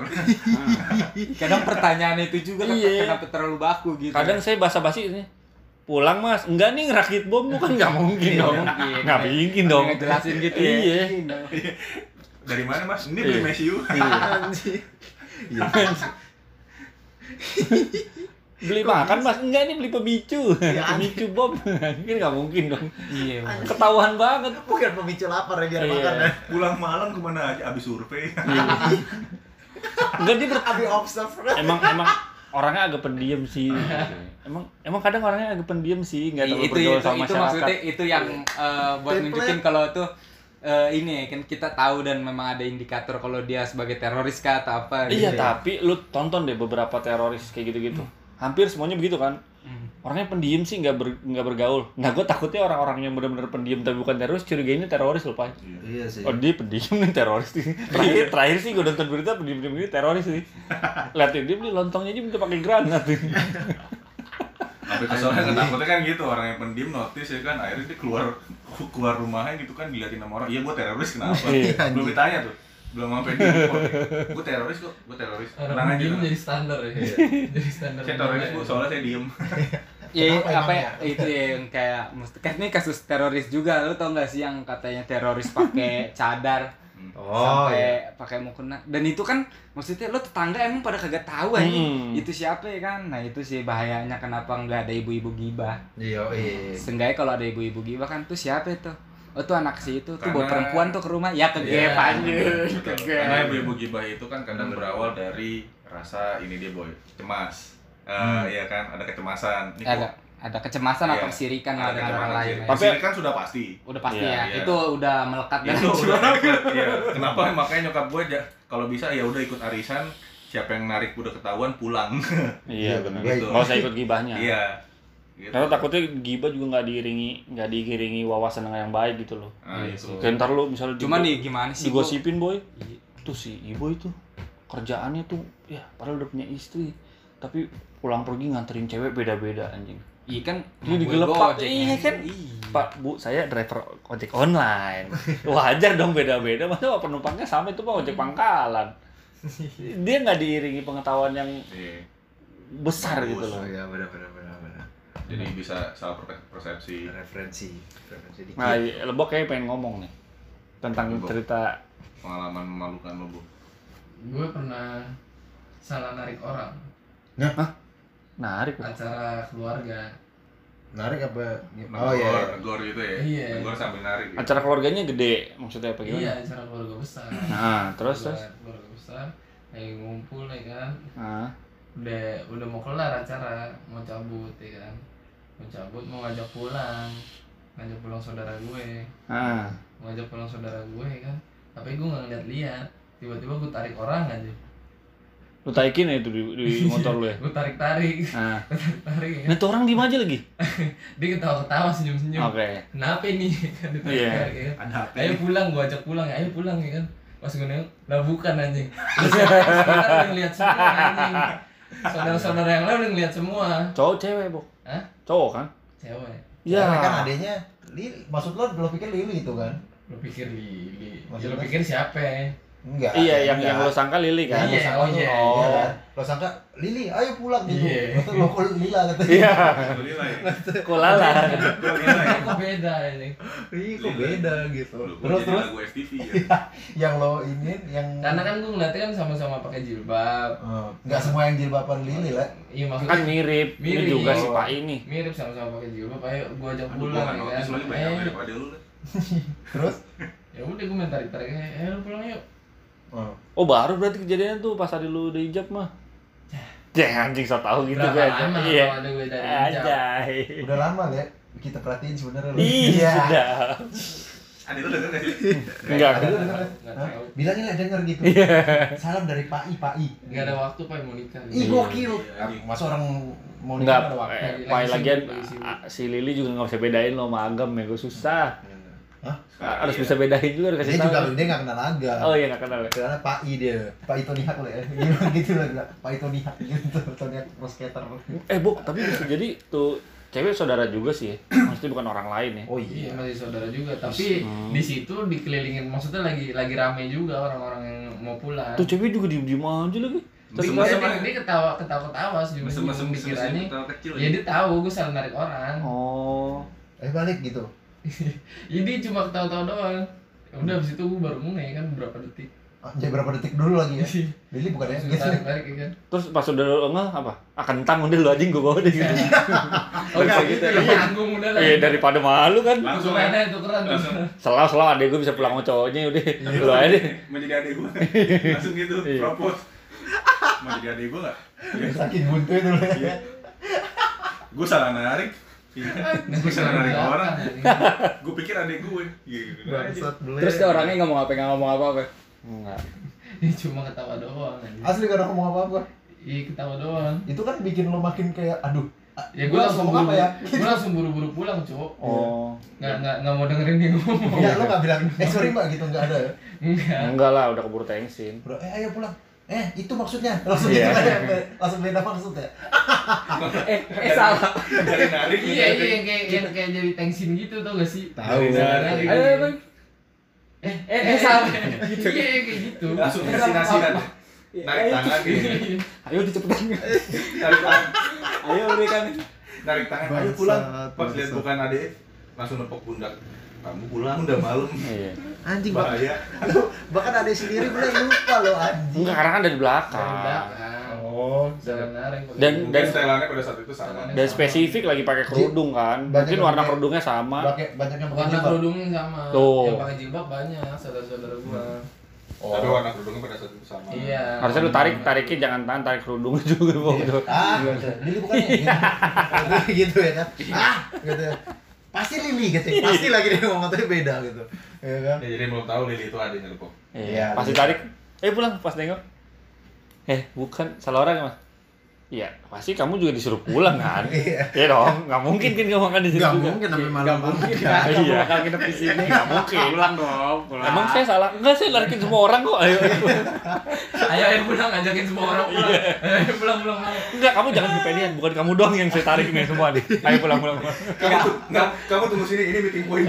kadang pertanyaan itu juga Iya. kenapa terlalu baku gitu. Kadang saya basa-basi ini. Pulang mas, enggak nih ngerakit bom tuh kan nggak mungkin dong, mungkin. nggak mungkin dong. ngejelasin gitu ya. Iya. Dari mana mas? Ini beli Iya. Mesiu. Anjir. Iya. Beli makan mas, enggak nih beli pemicu, Iya, pemicu bom, kan nggak mungkin dong. Iya. Ketahuan banget. Bukan pemicu lapar ya biar Iya. makan ya. Pulang malam kemana aja? Abis survei. Enggak dia Abi observe. emang orangnya agak pendiam sih. Emang kadang orangnya agak pendiam sih, nggak terlalu itu bergaul sama itu masyarakat. maksudnya itu yang buat Template. nunjukin kalau tuh ini kan kita tahu dan memang ada indikator kalau dia sebagai teroris kah atau apa Iya, gitu. tapi lu tonton deh beberapa teroris kayak gitu-gitu. Hampir semuanya begitu kan. Orangnya pendiam sih, nggak bergaul. Nah, gue takutnya orang-orang yang benar-benar pendiam tapi bukan teroris, curiga ini teroris loh, Pak. Iya sih. Oh, dia pendiam nih teroris nih. Terakhir sih gue nonton berita pendiam ini teroris nih. Liatin dia beli lontongnya aja minta pakai granat nih. Sampai kesoalnya kan takutnya kan gitu, orang yang pendiam notice ya kan, akhirnya dia keluar rumahnya gitu kan, diliatin sama orang, iya gua teroris kenapa? Iya. Belum ditanya tuh, belum sampai di gua teroris kok, gua teroris. Tenang Orang aja. diem tenang. jadi standar ya. Jadi standar. Saya teroris bu, soalnya saya diem. Ya, Kenapa apa emang ya, itu yang kayak kan ini kasus teroris juga, lu tau gak sih yang katanya teroris pakai cadar sampai pakai mukena. Dan itu kan maksudnya lo tetangga emang pada kagak tahu aja itu siapa ya kan. Nah itu sih bahayanya kenapa nggak ada ibu-ibu gibah. Iya. Seenggaknya kalau ada ibu-ibu gibah kan tuh siapa itu? Oh tuh anak si itu tuh bawa Karena- perempuan tuh ke rumah ya kegep anjir. Karena ibu-ibu gibah itu kan kadang berawal dari rasa ini dia boy cemas. Iya kan, ada kecemasan. Ini kok- Ada kecemasan Iya, atau kesirikan ada dengan orang kecemasan lain. sih. Ya. Tapi- Kesirikan kan sudah pasti. Udah pasti Iya, ya. iya. Itu udah melekat Itu dalam jiwa. udah iya. Kenapa makanya nyokap gue kalau bisa ya udah ikut arisan, siapa yang narik udah ketahuan pulang. Iya benar. baik. Nggak usah ikut gibahnya. Iya. Gitu. Karena takutnya gibah juga nggak diiringi wawasan yang baik gitu loh. Nah, itu. Kayak ntar lu misalnya Cuman nih gimana sih? gua- digosipin boy. Tuh si ibu itu kerjaannya tuh ya padahal udah punya istri tapi pulang pergi nganterin cewek beda-beda anjing. Iya kan Dia gue digelepak. Gojek, Iya kan? Iya. Pak, Bu, saya driver ojek online. Wajar dong beda-beda. Masa penumpangnya sama itu Pak ojek pangkalan. Dia nggak diiringi pengetahuan yang Iya. besar Bagus. gitu loh. ya benar. Jadi bisa salah persepsi. Referensi dikit. Nah, Lebok kayak pengen ngomong nih tentang Lebok. cerita. Pengalaman memalukan lo, Bu. Gue pernah salah narik orang Narik. acara keluarga. Narik apa? Negor gitu ya. Iya. Negor sambil narik. Gitu. Acara keluarganya gede, maksudnya apa gimana? Iya, acara keluarga besar. Nah, terus. Keluarga besar, lagi ngumpul ya kan. Nah, Udah mau kelar acara, mau cabut ya kan. Mau ngajak pulang saudara gue. nah. Mau ngajak pulang saudara gue ya kan. Tapi gue nggak ngeliat-lihat. Tiba-tiba gue tarik orang aja. Lu taikin ya itu di motor lu ya? Gue tarik-tarik. Nah, Tarik ya kan. nah tuh orang diem aja lagi. Dia ketawa-ketawa senyum-senyum. Oke. Kenapa ini? Kan ditarik-tarik ya kan. Ada apa? Ayo pulang, gue ajak pulang ya. Ayo pulang ya kan. Pas gue nengok, lah bukan anjing. Terus saudara udah ngeliat semua anjing. Saudara-saudara yang lain udah ngeliat semua. Cowok cewek, Bu? Hah? Cowok kan? Cewek. Iya. Kan adanya Lili. Maksud lo pikir Lili itu kan? Lo pikir Lili. Ya, Maksudnya? lo pikir siapa? Enggak. Iya, yang enggak. lo sangka Lili kan? Iya. Lo sangka iya. tuh, Oh. iya kan? Lo sangka Lili, ayo pulang gitu. Iya. Atau lo kok Lila kata. Iya. Lu nilai. Kok lala? Lu nilai. Kok beda ini? Ih, kok beda gitu. Lu Terus jadi terus lagu FTV ya. yang lo ingin yang Karena kan gue ngeliatnya kan sama-sama pakai jilbab. enggak semua yang jilbaban Lili lah. Iya maksudnya Kan mirip. Mirip. Ini juga si Oh. Pak ini. mirip sama-sama pakai jilbab. Ayo gue ajak Aduh, pulang gua ya nggak kan. notice lagi banyak daripada lu lah. Terus Ya udah gue main tarik-tarik. Ayo lu pulang yuk. Oh baru berarti kejadiannya tuh pas hari lu udah hijab mah. Ya anjing so tau gitu Berapa gue. lama Iya. kalau ada gue dari hijab? Anjay. udah lama ya kita perhatiin sebenarnya lo. Iya. Sudah. Ada lu denger nggak sih? Enggak. Ada lu denger? Nggak Hah? tahu. Bilangin lah denger gitu. Salam dari Pak I. Nggak ada waktu Pak mau nikah. Ih gokil. Masa orang mau nikah Enggak. ada waktu. Pak lagian lagi sibuk. si Lili juga nggak bisa bedain lo sama Agam ya gue susah. Hah? Harus bisa bedain juga harus Dia kasih juga tahu. dia nggak kenal agak. Oh iya nggak kenal ya. Karena Pak I dia, Pak I Tony Hawk lah ya. Gimana gitu lah, bilang. Pak I Tony Hawk gitu, Tony Hawk pro skater. Bu, tapi bisa jadi tuh cewek saudara juga sih ya. Maksudnya bukan orang lain ya. Oh Iya masih saudara juga. Tapi di situ dikelilingin maksudnya lagi rame juga orang-orang yang mau pulang. Tuh cewek juga diem-diem aja lagi. Terus Mesem-mesem Dia ketawa Mesem-mesem dikiranya. ketawa kecil Ya aja. dia tahu gue salah narik orang. Oh. balik gitu. Jadi cuma ketawa-tawa doang. Ya udah habis itu gue baru mulai kan berapa detik. Jadi berapa detik dulu lagi ya? Lili bukan ya? Langsung Gitu. tarik ya kan. Terus pas udah enggak apa? Akan tang udah lu anjing gue bawa deh gitu. Oh kayak gitu ya. Tanggung udah lah. Iya daripada malu kan. Langsung Tukeran ya. aja, tukeran. Langsung. Selalu adek gue bisa pulang sama cowoknya udah. Lu aja deh. Mau jadi adik gua. Langsung gitu Iya. propose. Mau jadi adik gua enggak? Iya. Saking buntu itu loh ya. Gua salah narik. Iya. Gua salah narik orang. Belakang. Gua pikir adik gue. Gitu aja. Bangsat beli. Terus tuh orangnya ngomong apa? Enggak. Dia cuma ketawa doang aja. Asli gak ada ngomong apa-apa. Iya ketawa doang. Itu kan bikin lo makin kayak aduh. Ya gue Gua langsung ngomong apa ya? Gue langsung buru-buru pulang, Cuk. Oh. Nggak mau dengerin dia ngomong. Ya lo gak bilang, sorry mbak gitu, gak ada ya? Enggak. Enggak lah, udah keburu tensin. Bro, ayo pulang. Itu maksudnya. Langsung Iya. gitu kan ya, langsung beda maksud ya. Salah. Dari narik. Iya yang kayak jadi tensin gitu tau gak sih? Tahu. Dari- Ayo, Bang. Salah. Iya kayak gitu. Langsung destinasi kan. Narik tangan gitu. Ayo dicepetan. Narik tangan. Ayo berikan. Narik tangan. Ayo Bangsat, pulang. Pas lihat bangsat. bukan adik. langsung nepok pundak. Kamu pulang udah malam. Iya. Anjing Bahaya. bahkan ada sendiri bilang lupa lo anjing. Enggak, karena kan dari belakang. Dari belakang. Oh, Jangan narik. Dan- Mungkin setelannya pada saat itu sama. Dan spesifik lagi pakai kerudung kan. Banyak Mungkin yang warna pakai- kerudungnya sama. banyak yang pakai warna jilbab. kerudungnya sama. Tuh. Yang pakai jilbab banyak saudara-saudara gua. Tapi warna kerudungnya pada saat itu sama. Iya. Harusnya lu tarikin jangan tarik kerudungnya juga gitu. Gitu. Lili bukannya gitu ya kan? Gitu. Pasti Lili gitu. Pasti lagi dia ngomong tapi beda gitu. Ya kan? Ya, jadi belum tahu Lili itu adanya Lepok. Iya, Pasti iya. tarik. Pulang pas nengok. Bukan salah orang Mas. Iya, pasti kamu juga disuruh pulang kan? Iya. Iya dong, nggak mungkin kan kamu makan di sini Nggak juga. mungkin sampai malam. Nggak mungkin Iya. kan, kamu Iya. bakal nginep di sini. Nggak mungkin. Pulang dong, pulang. Emang saya salah? Enggak, saya larikin semua orang kok. Ayo. Ayo pulang ngajakin semua orang pulang. Ayo pulang. Enggak, kamu jangan kepedean. Bukan kamu doang yang saya tarik nih semua nih. Ayo pulang. Kamu tunggu sini, ini meeting point.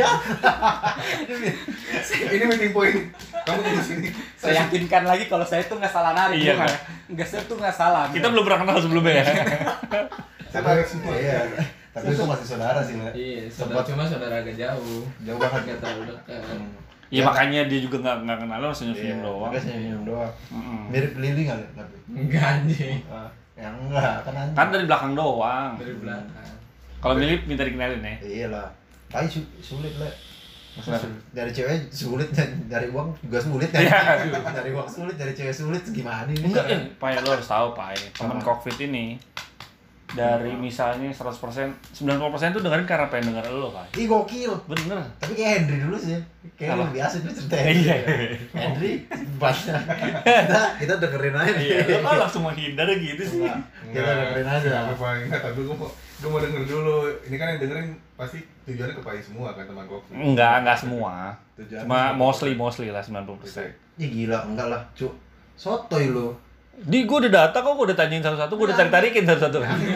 Ini meeting point. Kamu tunggu sini. Saya yakinkan lagi kalau saya tuh nggak salah narik. Iya, bukan. kan? Nggak, saya tuh nggak salah. Kita belum pernah kenal sebelumnya ya. Saya tarik semua. Iya. Tapi itu masih saudara sih, Le. Iya, saudara cuma saudara agak jauh. Jauh banget. Enggak terlalu dekat. Iya, makanya dia juga nggak kenal lo, senyum-senyum Iya, doang. Dia senyum doang. Mm-mm. Mirip Lili kali tapi. Enggak anjing. Ya enggak, kan anjing. Kan dari belakang doang. Dari belakang. Kalau milih minta dikenalin ya. Iyalah. Tapi sulit, Le. Masa Kenapa? sulit? Dari cewek sulit, dari uang juga sulit kan? Iya. Dari uang sulit, dari cewek sulit gimana ini? Enggak, caranya? Pai, lo harus tahu, Pai. Temen Apa? Covid ini dari misalnya 100%, 90% tuh dengerin karena pengen denger lo, Pai. Ih gokil. Bener. Tapi kayak Henry dulu sih. Kayak Apa? lebih biasa itu cerita Iya. Henry banyak. kita dengerin aja. Iya, lo kan langsung menghindar gitu sih. Enggak, kita dengerin aja. Enggak apa-apa, enggak, tapi gue mau denger dulu. Ini kan yang dengerin pasti tujuannya ke Pai semua kan teman gue. Enggak semua. Tujuannya Cuma semua. mostly lah 90%. Ih gila, enggak lah, Cuk. Sotoy lo. Di gue udah data kok, gue udah tanyain satu-satu, gue udah tarik-tarikin satu-satu.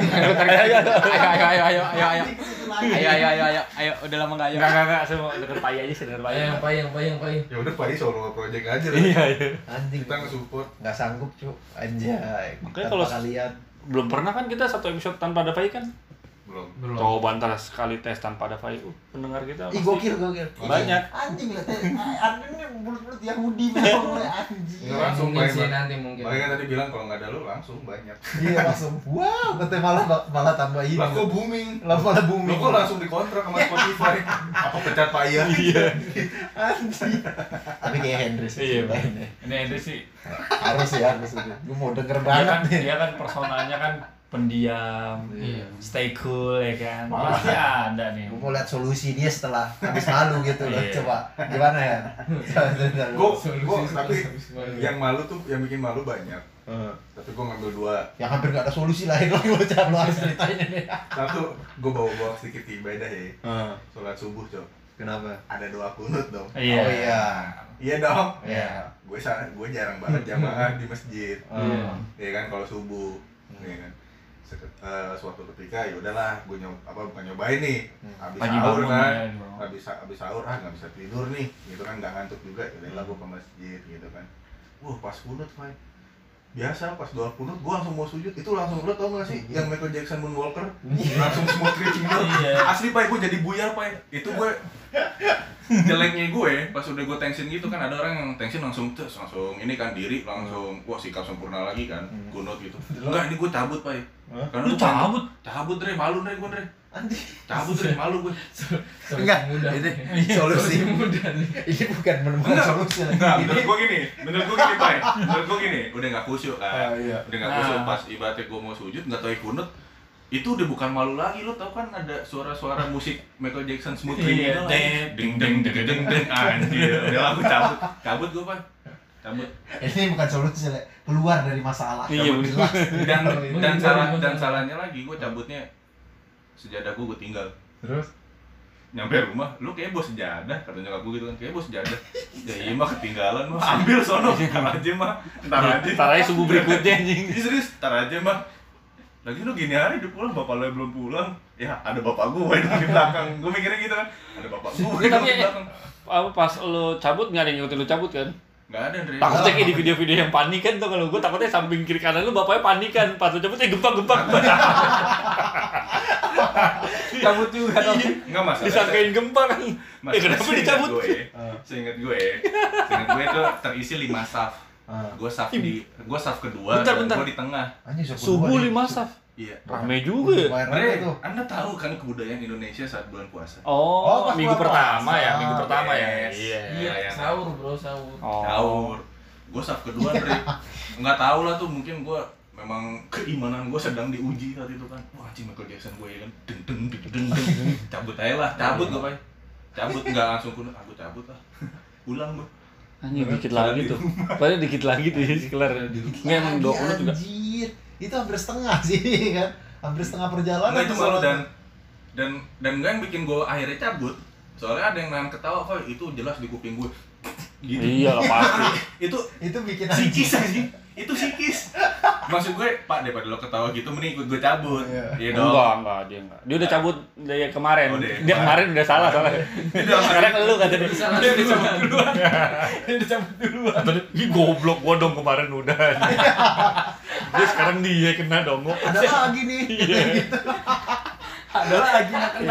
Ayo. Ayo, udah lama nggak ayo. Enggak, saya mau denger Pai aja, saya denger Pai. Yang payang. Ya udah Pai solo project aja lah. Iya. Anjing. Kita nge-support. Enggak sanggup, Cuk. Anjay. Makanya Tanpa kalau- kalian. Belum pernah kan kita satu episode tanpa ada Pai kan? Belum. Coba antara sekali tes tanpa ada Pai, pendengar kita Ih pasti gokil. banyak. Anjing lah. Anjing ini mulut-mulut Yahudi memang le anjing. Enggak langsung Mungkin Pai. sih nanti mungkin. Makanya kan tadi bilang kalau nggak ada lu langsung banyak. Iya langsung. Wow, katanya malah tambah ini. Lah kok booming? Lah malah booming. Lo kok langsung dikontrak sama Spotify? Apa pecat Pai ya? Iya. Anjing. Tapi kayak Henry sih. Iya, Bang. lainnya. Ini Henry sih, Harus ya, harus. Gue mau denger dia banget kan, nih. dia kan personanya kan pendiam, Iya. stay cool ya kan. Malah. Pasti ada nih. Gue mau lihat solusi dia setelah habis malu gitu loh. Iya. Coba gimana ya? Gue tapi Solusi. yang malu tuh yang bikin malu banyak. Tapi gue ngambil dua. yang hampir gak ada solusi lain lagi lo coba lo harus ceritain ini. Satu, gue bawa sedikit ibadah ya. Sholat subuh cok. Kenapa? Ada doa kunut dong. Iya. Oh iya. Iya dong. Iya. Gue jarang banget jamaah di masjid. Iya. Ya kan kalau subuh. Ya kan. Suatu ketika ya udahlah gue bukan nyobain nih. Habis Pagi sahur bangun kan. ya, Habis sahur nggak bisa tidur nih. Gitu kan nggak ngantuk juga. Yaudah gue ke masjid gitu kan. Pas kunut Fai. Biasa pas doa kunut gue langsung mau sujud itu langsung lo tau gak sih yang Michael Jackson Moonwalker langsung smooth criminal asli Pai gue jadi buyar Pai itu gue jeleknya gue pas udah gue tensin gitu kan ada orang yang tensin langsung ini kan diri langsung wah sikap sempurna lagi kan kunut gitu enggak ini gue cabut Pai karena Lu gue cabut Dre malu Dre gue Dre Anjing. cabut Dre malu gue Enggak, mudah. ini solusi. mudah nih. Ini bukan menemukan solusi. enggak menurut gue gini Pai menurut gue gini udah nggak khusyuk kan Iya. udah nggak khusyuk pas ibaratnya gue mau sujud nggak tahu kunut itu udah bukan malu lagi lo tau kan ada suara-suara musik Michael Jackson Smooth Iya, Criminal ding ding ding ding ding anjir udah aku cabut gue Pai cabut Ini bukan solusi, Le. Keluar dari masalah. Iya, Cabut bener. jelas. dan salahnya lagi gue cabutnya sejadah gue tinggal Terus nyampe rumah lu kayak bos sejadah kata nyokap gue gitu kan kayak bos sejadah ya iya mah ketinggalan mah ambil sono ntar aja mah ntar aja Ntar aja subuh berikutnya anjing. Ih, serius ntar aja mah lagi lu gini hari udah pulang bapak lu belum pulang ya ada bapak gue di belakang gue mikirnya gitu kan ada bapak gue Tapi di belakang apa pas lu cabut nggak ada yang ngikutin lu cabut kan? Nggak ada Andre. Takutnya kayak di video-video yang panikan tuh, kalau gue takutnya samping kiri kanan lu bapaknya panikan, pas lu cabut gempak-gempak. Cabut juga dong. Nggak masalah. Disangkain gempa kan. Kenapa dicabut? Seingat gue itu terisi 5 saf. Gue saf kedua, Bentar. gue di tengah. Anjing Subuh 5 saf. Iya. Rame juga ya. Lumayan rame tuh. Anda tahu kan kebudayaan Indonesia saat bulan puasa? Oh, pas minggu bulan pertama puasa. ya, minggu pertama ya. Yes. Iya. Iya, ya. sahur bro, sahur. Oh. Sahur. Gue saf kedua, Andre. Nggak tahu lah tuh, mungkin gue memang keimanan gue sedang diuji saat itu kan. Wah, anjing Michael Jackson gue ya kan. Deng. Cabut aja lah, cabut gue, Pak. Cabut nggak langsung kuno, aku cabut lah. Pulang gue. Anjing dikit lagi tuh. Padahal dikit lagi tuh ya, kelar. Nggak emang 20 juga. Anjir. Itu hampir setengah sih kan. Hampir setengah perjalanan. Nggak, itu tuh malu soalnya. dan nggak yang bikin gue akhirnya cabut. Soalnya ada yang nahan ketawa, Pak. Itu jelas di kuping gue. Gitu. Iya lah pasti. Itu bikin Sikis anjing. Itu sikis. Maksud gue, Pak, daripada lo ketawa gitu mending ikut gue cabut. Iya dong. Enggak, dia enggak. Dia udah cabut dari kemarin. Oh, dari Dia kemarin udah salah soalnya. Sekarang lu kata dia. Salah Dia sih, cabut Bang. duluan. Dia udah cabut duluan. Ih goblok gua dong kemarin udah. Dia sekarang dia kena dong. ada lagi nih. Iya. Ada lagi yang kena.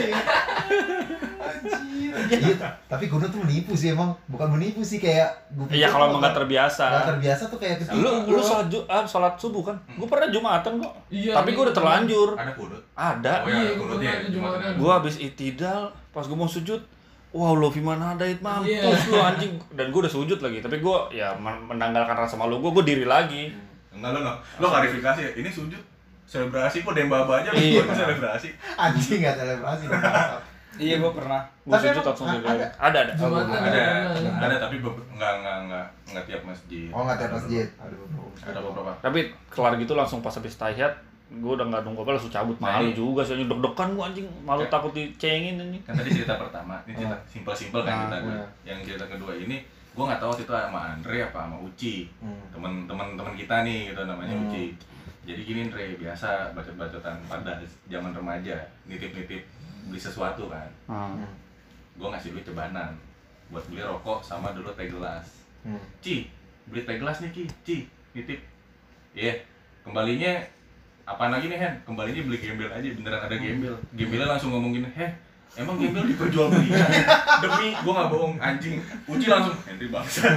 Anjir. Iya, tapi Kuno tuh menipu sih emang. Bukan menipu sih, kayak Iya kalau emang nggak terbiasa. Nggak terbiasa tuh kayak ketipu. Lu sholat subuh kan? Gua pernah Jumatan kok. Iya, Tapi gua udah terlanjur. Ada kudut. Ada. Oh, Iya, ya, gua kudut ya. pernah Jumatan. Gua habis itidal, pas gua mau sujud, wow lo gimana ada mampus Iya. lu anjing. Dan gua udah sujud lagi, tapi gua ya menanggalkan rasa malu gua diri lagi. Enggak lo klarifikasi ya. Ini sujud selebrasi kok dembaba aja Iya. lu selebrasi. anjing nggak selebrasi dong. Iya, gue pernah. Gua Tapi sujud emang langsung diri ada. lagi. Ada. Jumatan Ada tapi enggak tiap masjid. Oh nggak tiap masjid. Aduh. Ada beberapa. Tapi kelar gitu langsung pas habis tahiyat, gue udah nggak nunggu apa langsung cabut. Nah, Malu ini- juga sih, deg-degan gue anjing, malu Oke. takut dicengin anjing. Kan tadi cerita pertama, ini cerita simpel-simpel kan cerita gue. Yang cerita kedua ini gue nggak tahu waktu itu sama Andre apa sama Uci, teman-teman kita nih gitu namanya Uci. Jadi gini Andre, biasa bacot-bacotan pada zaman remaja, nitip-nitip beli sesuatu kan. Gue ngasih duit cebanan buat beli rokok sama dulu teh gelas. Ci, beli teh gelas nih Ci, nitip. Iya, kembalinya apaan lagi nih Hen? Kembalinya beli gembel aja, beneran ada gembel. Gembelnya langsung ngomong gini, emang gembel diperjualbelikan? Demi, gue gak bohong, anjing. Uci langsung, Henry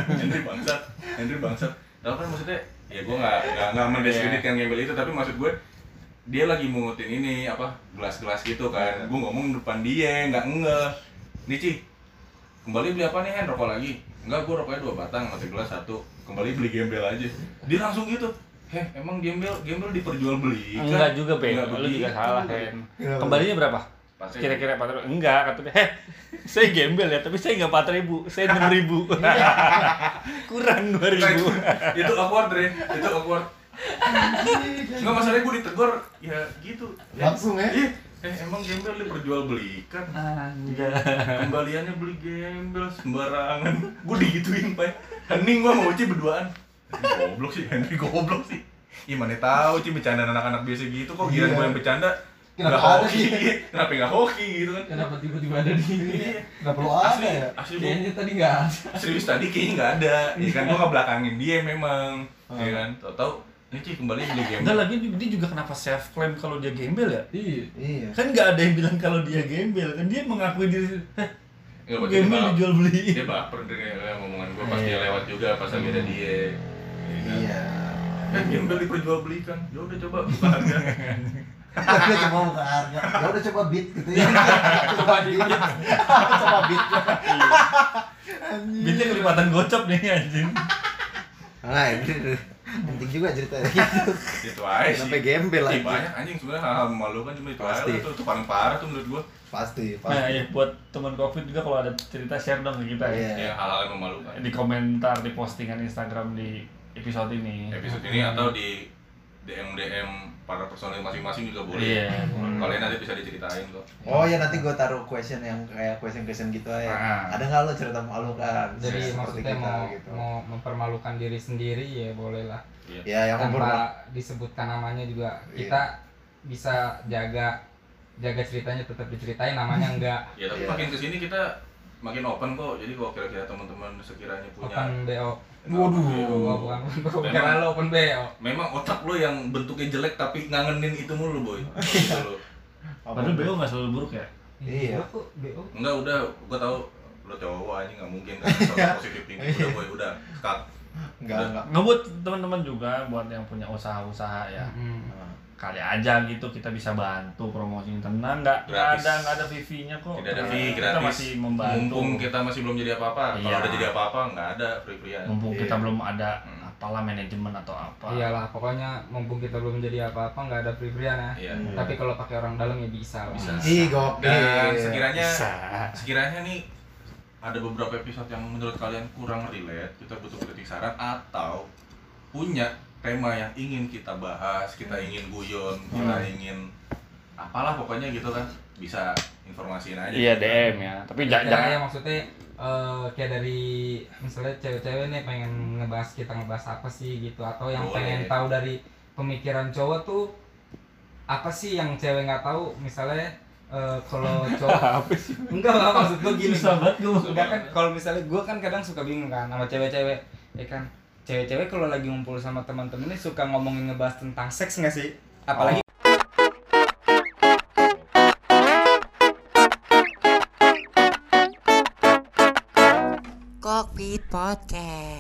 bangsat. Tahu kan maksudnya, ya gue gak mendiskreditkan gembel itu, tapi maksud gue, dia lagi mungutin ini, gelas-gelas gitu kan. Gue ngomong depan dia, gak ngeh. Nih Ci, kembali beli apa nih Hen? Rokok lagi? Enggak, gue rokoknya 2 batang, masih gelas 1. Kembali beli gembel aja. Dia langsung gitu. Emang gembel diperjualbelikan? Enggak juga, Pe. Enggak Lu juga begitu. salah, Hen. Kembalinya berapa? Pasti. Kira-kira 4.000. Enggak, kata dia. Saya gembel ya, tapi saya enggak 4.000, saya 6.000. Kurang 2.000. Itu awkward, Dre. Itu awkward. Enggak, masalahnya gue ditegur ya gitu. Langsung ya? Iya. Emang gembel diperjualbelikan? Anjay. Kembaliannya beli gembel sembarangan. Gue digituin, Pak. Hening gue mau Uci berduaan. Henry goblok sih. Ih, mana tahu Ci bercanda anak-anak biasa gitu kok. Giliran gue yang bercanda Kenapa nggak ada hoki. sih? Kenapa nggak hoki gitu kan? Kenapa tiba-tiba ada di ini? Iya. Nggak perlu ada Asli, ya. asli gua Kayaknya tadi nggak ada. serius tadi kayaknya nggak ada. Ya kan gue ngebelakangin dia memang. Ya kan? Tahu-tahu ini Ci kembali beli gembel. Enggak lagi dia juga kenapa self claim kalau dia gembel ya? Iya. Iya. Kan nggak ada yang bilang kalau dia gembel, kan dia mengakui diri. Nggak, berarti Gembel dia dijual beli. Dia baper dengan ngomongan gue pas dia lewat juga pas lagi ada dia. Ya kan? Iya. Gembel diperjualbelikan. Ya udah coba buka harga. Udah coba buka harga. Ya udah coba beat gitu ya. Coba beat. Coba beat. Bitnya kelipatan gocap nih anjing. Nah, ini penting juga ceritanya gitu. Itu aja sih. Sampai gembel Ih, aja. banyak anjing sebenarnya hal-hal memalukan cuma itu aja Pasti. lah, itu paling parah tuh menurut gua. Pasti, Nah, pasti. ya buat teman Covid juga kalau ada cerita share dong ke kita ya. Iya. Ya hal-hal yang memalukan. Di komentar di postingan Instagram di episode ini. Episode ini atau di DM para personil masing-masing juga boleh. Iya. Kalian nanti bisa diceritain kok. Oh ya nanti gue taruh question yang kayak question gitu aja. Ah. Ada nggak lo cerita memalukan? Jadi Seperti maksudnya kita, mau gitu. mau mempermalukan diri sendiri ya boleh lah. Ya yang Tanpa disebutkan namanya juga kita bisa jaga ceritanya tetap diceritain namanya enggak. Ya tapi Iya. makin kesini kita makin open kok. Jadi kalau kira-kira teman-teman sekiranya punya Open BO. Waduh. Bukan. Kira lo open BO. Memang otak lo yang bentuknya jelek tapi ngangenin itu mulu boy. Gitu lo. Padahal BO nggak selalu buruk ya. Iya. Kok BO? Enggak, udah gua tahu lo cowok aja nggak mungkin kan soal positif tinggi. Udah boy, udah cut. Enggak. Nggak buat teman-teman juga, buat yang punya usaha-usaha ya. Kali aja gitu kita bisa bantu promosiin, tenang, nggak Gratis. ada fee-nya kok. Tidak ada fee, Kita gratis. masih membantu. Mumpung kita masih belum jadi apa-apa. Kalau Iya. udah jadi apa-apa nggak ada free-freean. Mumpung kita Iya. belum ada apalah manajemen atau apa. Iyalah, pokoknya mumpung kita belum jadi apa-apa nggak ada free-freean ya. Iya. Tapi kalau pakai orang dalam ya bisa. lah. Bisa. Ih, gokil. Dan Bisa. sekiranya nih ada beberapa episode yang menurut kalian kurang relate, kita butuh kritik saran atau punya tema yang ingin kita bahas, kita ingin guyon, kita ingin apalah pokoknya gitu kan, bisa informasiin aja. Iya DM ya. Tapi Jangan jangan maksudnya kayak dari misalnya cewek-cewek nih pengen kita ngebahas apa sih gitu, atau yang Boleh. pengen tahu dari pemikiran cowok tuh apa sih yang cewek nggak tahu, misalnya kalau cowok apa sih? enggak lah, maksud gue gini. Susah banget gua. Enggak kan, kalau misalnya gue kan kadang suka bingung kan sama cewek-cewek, ya kan cewek-cewek kalau lagi ngumpul sama teman-temannya suka ngomongin ngebahas tentang seks nggak sih, apalagi Cockpit Podcast.